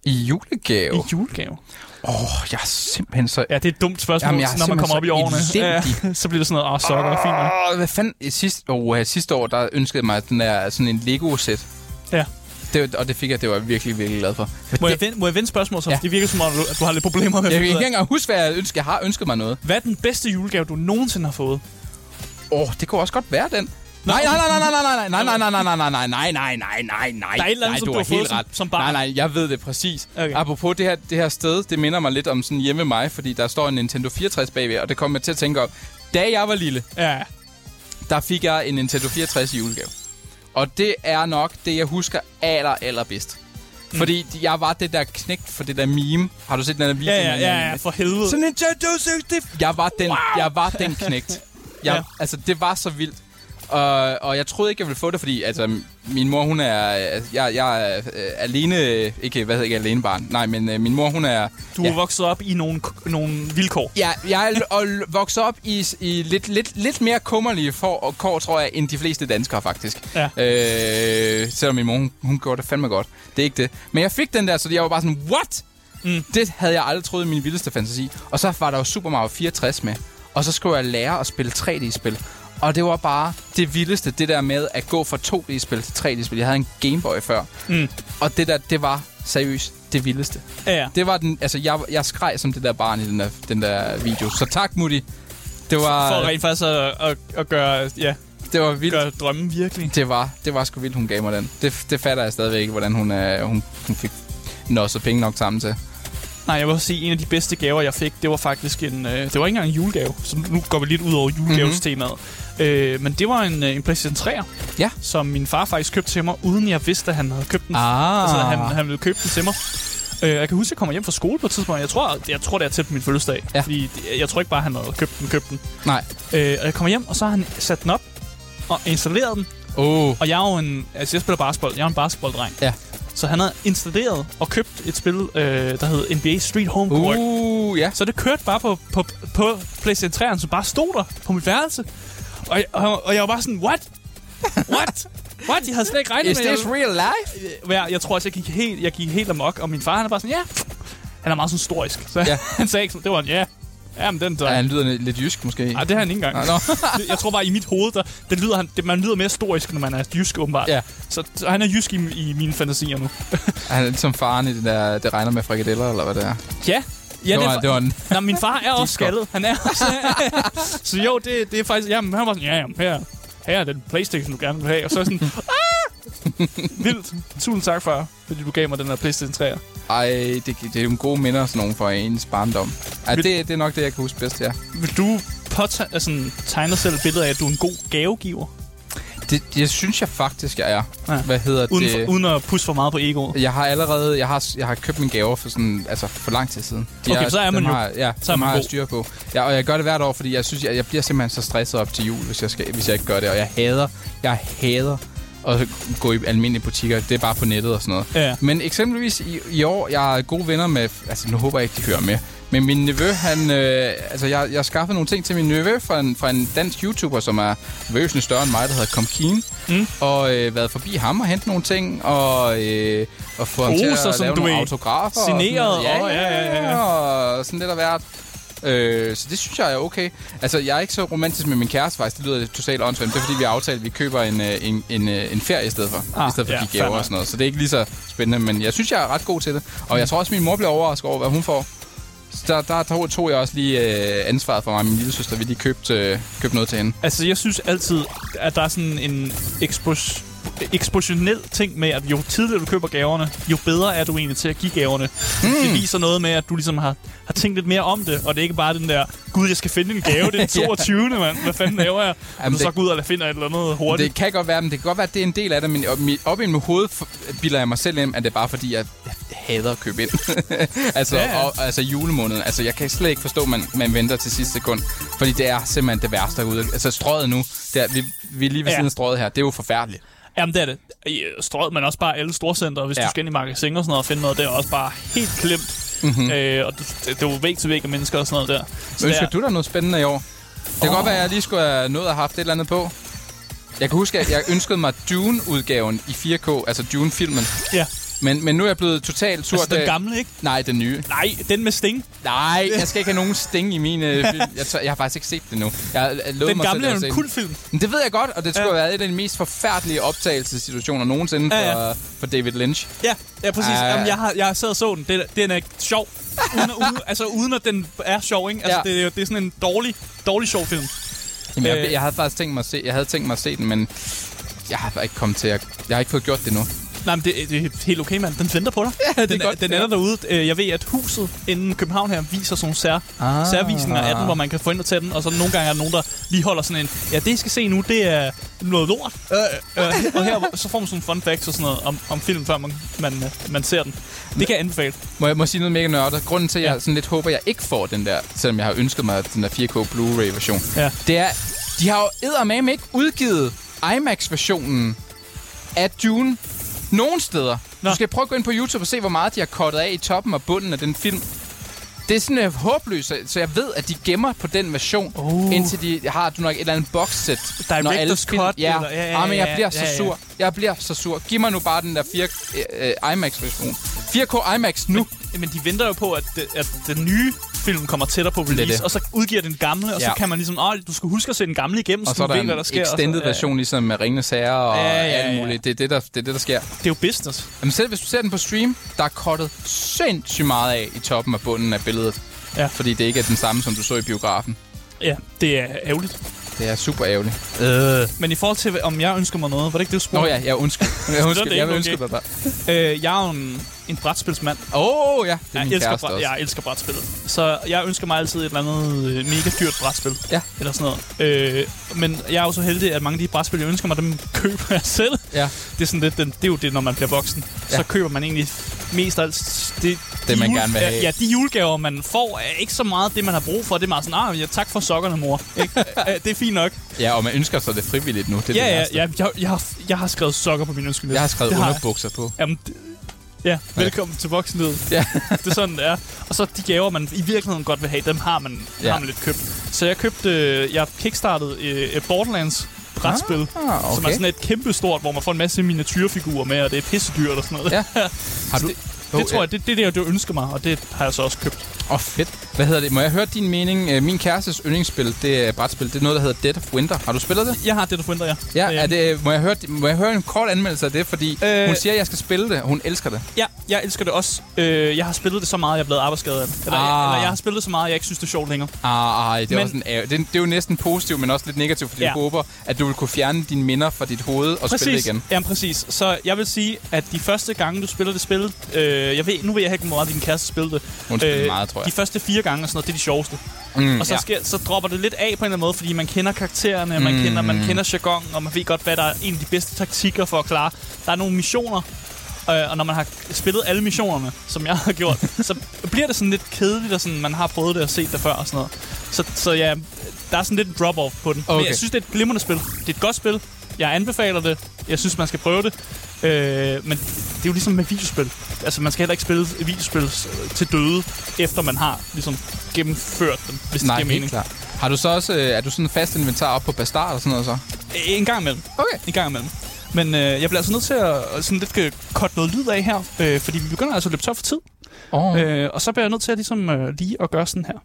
I julegave? I julegave. Åh, oh, jeg er simpelthen så... Ja, det er et dumt spørgsmål, Jamen, når man kommer op i årene. Ja, så bliver det sådan noget, åh, sokker, oh, fint nok. Hvad fanden? Sidste, oh, sidste år, der ønskede jeg mig den der, sådan en Lego-sæt. Ja. Det, og det fik jeg, det var jeg virkelig, virkelig glad for. for må, det, jeg vende, må jeg vende spørgsmål, så? Ja. Det virker som om, at du har lidt problemer med jeg at kan ikke engang huske, hvad jeg ønsker. Jeg har ønsket mig noget. Hvad er den bedste julegave, du nogensinde har fået? Åh, oh, det kunne også godt være den. Nej, nej, nej, nej, nej, nej, nej, nej, nej, nej, nej, nej, nej, nej, nej, nej. Der er et eller andet, som du har fået som, som barn. Nej, nej, jeg ved det præcis. Okay. Apropos det her, det her sted, det minder mig lidt om sådan hjemme med mig, fordi der står en Nintendo fireogtres bagved, og det kom jeg til at tænke om. Da jeg var lille, ja. der fik jeg en Nintendo fireogtres i julegave. Og det er nok det, jeg husker aller, allerbedst. Mm. Fordi jeg var det der knægt for det der meme. Har du set den der video? Ja, ja, ja, ja, for helvede. Så Nintendo seksogtres. Jeg var den, wow. jeg var den knægt. Jeg, ja. Altså, det var så vildt. Og, og jeg troede ikke, jeg ville få det, fordi altså, min mor, hun er... Jeg, jeg er øh, alene... Ikke, hvad hedder ikke alene barn. Nej, men øh, min mor, hun er... Du er ja. vokset op i nogle, nogle vilkår. Ja, jeg er og vokset op i, i lidt, lidt, lidt mere kummerlige for, og kår, tror jeg, end de fleste danskere, faktisk. Ja. Øh, selvom min mor, hun, hun gjorde det fandme godt. Det er ikke det. Men jeg fik den der, så jeg var bare sådan, what? Mm. Det havde jeg aldrig troet i min vildeste fantasi. Og så var der jo Super Mario fireogtres med. Og så skulle jeg lære at spille tre D-spil. Og det var bare det vildeste, det der med at gå fra to D-spil til tre D-spil. Jeg havde en Game Boy før. Mm. Og det der, det var seriøst det vildeste. Ja, ja. Det var den, altså jeg, jeg skreg som det der barn i den der, den der video. Så tak, Mutti. Det var... For rent faktisk at, at, at gøre, ja, det var vildt. Gøre drømmen virkelig. Det var, det var sgu vildt, hun gav mig den. Det, det fatter jeg stadigvæk ikke, hvordan hun, uh, hun, hun fik nosset penge nok sammen til. Nej, jeg vil sige, en af de bedste gaver, jeg fik, det var faktisk en... Øh, det var ikke engang en julegave, så nu går vi lidt ud over julegavestemaet. Mm-hmm. Øh, men det var en, en PlayStation tre'er, ja. Som min far faktisk købte til mig, uden jeg vidste, at han havde købt den. Ah. Altså, han, han ville købe den til mig. Øh, jeg kan huske, at jeg kommer hjem fra skole på et tidspunkt. Jeg tror, jeg tror det er tæt på min fødselsdag. Ja. Fordi jeg tror ikke bare, han havde købt den, købt den. Nej. Øh, og jeg kommer hjem, og så har han sat den op og installeret den. Oh. Og jeg er jo en... Altså, jeg spiller basketball. Jeg er en basketballdreng. Ja. Så han havde installeret og købt et spil, øh, der hed N B A Street Home Court. Uh, ja. Så det kørte bare på, på, på PlayStation tre'eren, som bare stod der på mit værelse. Og jeg, og, og jeg var bare sådan, what? What? What? Jeg havde slet ikke regnet Is med... Is this real life? Jeg, jeg tror også, jeg gik helt, jeg gik helt amok, og min far, han er bare sådan, ja. Han er meget sådan storisk. Så ja. Han sagde ikke sådan, det var en ja. Jamen, den der... Ja, han lyder lidt jysk, måske. Nej, det har han ikke engang. Nej, no. Jeg tror bare, i mit hoved, der, den lyder han, det, man lyder mere storisk, når man er jysk, åbenbart. Ja. Så, så han er jysk i, i mine fantasier nu. Han er ligesom faren i det der, det regner med frikadeller, eller hvad det er. Ja. Ja, det, var, det, var, det var en... Nå, min far er også skaldet. Han er også... Så jo, det, det er faktisk... Jamen, han var sådan, ja, jamen, her, her er den PlayStation, du gerne vil have. Og så er sådan, ah! Vildt. Tusind tak, far, fordi du gav mig den her PlayStation tre'er. Ej, det, det er jo en god minder, sådan nogen for ens barndom. Ej, det, det er nok det, jeg kan huske bedst, ja. Vil du påtage, altså, tegne selv et billede af, at du er en god gavegiver? Det, det synes jeg faktisk, jeg er. Ja. Hvad hedder uden det? For, uden at pusse for meget på egoet. Jeg har allerede, jeg har, jeg har købt mine gaver for sådan, altså for lang tid siden. De okay, er, så er man jo. Har, ja, så er man har jeg styr på. Ja, og jeg gør det hvert år, fordi jeg synes, jeg, jeg bliver simpelthen så stresset op til jul, hvis jeg skal, hvis jeg ikke gør det. Og jeg hader, jeg hader at gå i almindelige butikker. Det er bare på nettet og sådan noget. Ja. Men eksempelvis i, i år, jeg er gode venner med, altså nu håber jeg ikke, de hører med. Men min nevø, han... Øh, altså, jeg, jeg skaffede nogle ting til min nevø fra en, fra en dansk YouTuber, som er væsentligt større end mig, der hedder Comkeen. Mm. Og øh, været forbi ham og hentet nogle ting, og, øh, og få ham oh, til at så, lave nogle er autografer. Signeret. Ja, oh, ja, ja, ja. Og sådan lidt af hvert. Øh, så det synes jeg er okay. Altså, jeg er ikke så romantisk med min kæreste, faktisk. Det lyder totalt åndssvagt. Det er, fordi vi har aftalt, at vi køber en, en, en, en ferie i stedet for. Ah, I stedet for ja, de gaver og sådan noget. Så det er ikke lige så spændende, men jeg synes, jeg er ret god til det. Og jeg tror også, min mor bliver overrasket over, hvad hun får. Så der, der tog, tog jeg også lige øh, ansvaret for mig og min lille søster. Vi lige købte, øh, købte noget til hende. Altså, jeg synes altid, at der er sådan en ekspos- ekspositionel ting med, at jo tidligere du køber gaverne, jo bedre er du egentlig til at give gaverne. Mm. Det viser noget med, at du ligesom har, har tænkt lidt mere om det, og det er ikke bare den der, gud, jeg skal finde en gave, det er toogtyvende mand, hvad fanden laver jeg? Og du så går ud og finder et eller andet hurtigt. Det kan godt være, men det kan godt være, at det er en del af det, men op i mit hoved bilder jeg mig selv ind, at det er bare fordi, jeg hader at købe ind. altså, ja, ja. Og, altså julemåneden. Altså, jeg kan slet ikke forstå, at man, man venter til sidste sekund, fordi det er simpelthen det værste derude. Altså, strøget nu, det er, vi, vi er lige ved siden af strøget her, det er jo forfærdeligt. Jamen, det er det. Strøget, men også bare alle storcenter. Hvis ja. du skal ind i magasin og sådan noget og finde noget, det er også bare helt klemt. Mm-hmm. Øh, og det, det er jo væg til væg af mennesker og sådan noget der. Så ønsker der... du dig noget spændende i år? Det kan oh. godt være, at jeg lige skulle have nået at have haft et eller andet på. Jeg kan huske, at jeg ønskede mig Dune-udgaven i fire K, altså Dune-filmen. Ja. Men, men nu er jeg blevet totalt sur. Altså den gamle, ikke? Nej, den nye. Nej, den med Sting. Nej, jeg skal ikke have nogen Sting i mine film. Jeg, tør, jeg har faktisk ikke set det nu. Jeg, jeg den mig gamle selv, er jo en kultfilm. Men det ved jeg godt, og det skulle ja. have været et af de mest forfærdelige optagelsessituationer nogensinde ja, ja. For, for David Lynch. Ja, ja præcis. Uh, Jamen, jeg har jeg har sad og så den. Det, den er sjov. uden, at, uden, altså uden at den er sjov, ikke? Altså, ja. det, det er sådan en dårlig, dårlig sjov film. Jamen, jeg, jeg havde faktisk tænkt mig at se, jeg havde tænkt mig at se den, men jeg har ikke kommet til at, jeg har ikke fået gjort det nu. Nej, men det, det er helt okay, mand. Den venter på dig. Ja, det den, er godt. Den ender derude. Jeg ved, at huset inden København her viser sådan nogle sær, ah. særvisninger af den, hvor man kan få ind og tage den. Og så nogle gange er der nogen, der lige holder sådan en, ja, det I skal se nu, det er noget lort. Øh, øh, og her så får man sådan fun facts og sådan noget om, om film, før man, man, man ser den. Det kan jeg anbefale. Må jeg må sige noget mega nørdet? Grunden til, at jeg ja. sådan lidt håber, at jeg ikke får den der, selvom jeg har ønsket mig den der fire K Blu-ray-version, ja. det er, de har jo eddermame ikke udgivet IMAX-versionen af Dune nogen steder. Nå. Du skal prøve at gå ind på YouTube og se, hvor meget de har cuttet af i toppen og bunden af den film. Det er sådan uh, håbløst, så jeg ved, at de gemmer på den version, uh. indtil de har du nok et eller andet boxset. Director's cut. Ja, eller, ja, ja, ja, men jeg bliver ja, ja, så sur. Jeg bliver så sur. Giv mig nu bare den der fire K uh, IMAX-version. fire K IMAX nu. Men, men de venter jo på, at, det, at den nye film kommer tættere på release, det det. Og så udgiver den gamle, og ja. så kan man ligesom, åh, du skal huske at se den gamle igennem, så, og så du ved, hvad der sker. Og så er der en extended så, ja, ja. version, ligesom med Ringenes Herre og ja, ja, ja, alt muligt. Det er det, der, det er det, der sker. Det er jo business. Jamen selv hvis du ser den på stream, der er cuttet sindssygt meget af i toppen og bunden af billedet. Ja. Fordi det ikke er den samme, som du så i biografen. Ja, det er ærgerligt. Det er super ærgerligt. Øh. Men i forhold til, om jeg ønsker mig noget, var det ikke det, du spurgte? Nå ja, jeg ønsker. Jeg, ønsker, jeg vil ønske dig der. Øh, jeg er jo en, en brætspilsmand. Åh oh, ja, det er jeg min elsker, kæreste også. Jeg elsker brætspillet. Så jeg ønsker mig altid et eller andet øh, mega dyrt brætspil. Ja. Eller sådan noget. Øh, men jeg er jo så heldig, at mange af de brætspil, jeg ønsker mig, dem køber jeg selv. Ja. Det er sådan lidt, den, det er jo det, når man bliver voksen. Ja. Så køber man egentlig mest af alt det, det man jule, gerne vil have. Ja, de julegaver, man får, er ikke så meget det, man har brug for. Det er meget sådan, ah, ja, tak for sokkerne, mor. Det er fint nok. Ja, og man ønsker sig det frivilligt nu. Det er ja, det ja, værste. ja, jeg, jeg, har, jeg har skrevet sokker på min ønskeliste. Jeg har skrevet det underbukser har på. Jamen, det, ja, velkommen ja. til voksenlivet. Ja. Det er sådan, det er. Og så de gaver, man i virkeligheden godt vil have, dem har man, ja. har man lidt købt. Så jeg købte, jeg kickstartede et Borderlands brætspil, ah, okay. som er sådan et kæmpe stort, hvor man får en masse miniatyrfigurer med, og det er pissedyrt og sådan noget. Ja. Har du... det, det oh, tror jeg, det, det er det, du ønsker mig, og det har jeg så også købt. Åh, oh, fedt. Hvad hedder det? Må jeg høre din mening? Min kærestes yndlingsspil, det er brætspil. Det er noget, der hedder Dead of Winter. Har du spillet det? Jeg har Dead of Winter, ja. Ja, er det, må, jeg høre, må jeg høre en kort anmeldelse af det? Fordi øh, hun siger, at jeg skal spille det, og hun elsker det. Ja, jeg elsker det også. Øh, jeg har spillet det så meget, jeg er blevet arbejdsskadet af det. Eller, ah. eller jeg har spillet det så meget, jeg ikke synes, det er sjovt længere. Ah, ej, det, er men, også en, det, det er jo næsten positivt, men også lidt negativt, fordi ja. du håber, at du vil kunne fjerne dine minder fra dit hoved og præcis. spille det igen. Ja, præcis. Så jeg vil sige, at de første gange, du spiller det spil, øh, jeg ved, nu ved jeg ikke, hvor meget din kæreste spillede det. Hun spillede øh, meget, tror jeg. De første fire gange og sådan noget, det er de sjoveste. Mm, og så, sker, ja. så dropper det lidt af på en eller anden måde, fordi man kender karaktererne, man, mm. kender, man kender jargon, og man ved godt, hvad der er en af de bedste taktikker for at klare. Der er nogle missioner, øh, og når man har spillet alle missionerne, som jeg har gjort, så bliver det sådan lidt kedeligt, og sådan, man har prøvet det og set det før og sådan noget. Så, så ja, der er sådan lidt en drop-off på den. Okay. Men jeg synes, det er et glimrende spil. Det er et godt spil. Jeg anbefaler det. Jeg synes, man skal prøve det. Øh, men det er jo ligesom med videospil. Altså, man skal heller ikke spille videospil til døde, efter man har ligesom gennemført dem, hvis Nej, det giver mening. Klar. Har du så også, er du sådan en fast inventar op på Bastard og sådan noget så? En gang imellem. Okay. En gang imellem. Men øh, jeg bliver altså nødt til at sådan lidt cutte noget lyd af her, øh, fordi vi begynder altså at løbe tør for tid. Oh. Øh, og så bliver jeg nødt til at ligesom øh, lige at gøre sådan her.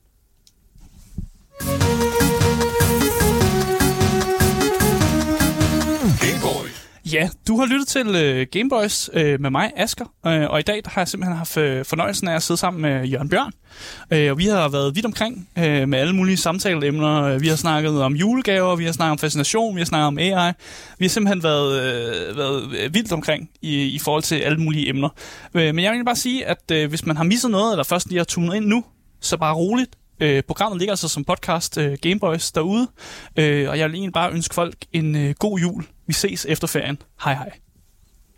Ja, du har lyttet til uh, Gameboys uh, med mig, Asger, uh, og i dag har jeg simpelthen haft uh, fornøjelsen af at sidde sammen med Jørgen Bjørn. Uh, og vi har været vidt omkring uh, med alle mulige samtaleemner. Uh, vi har snakket om julegaver, vi har snakket om fascination, vi har snakket om A I. Vi har simpelthen været, uh, været vildt omkring i, i forhold til alle mulige emner. Uh, men jeg vil bare sige, at uh, hvis man har misset noget, eller først lige har tunet ind nu, så bare roligt. Uh, programmet ligger altså som podcast uh, Gameboys derude, uh, og jeg vil egentlig bare ønske folk en uh, god jul. Vi ses efter ferien. Hej hej.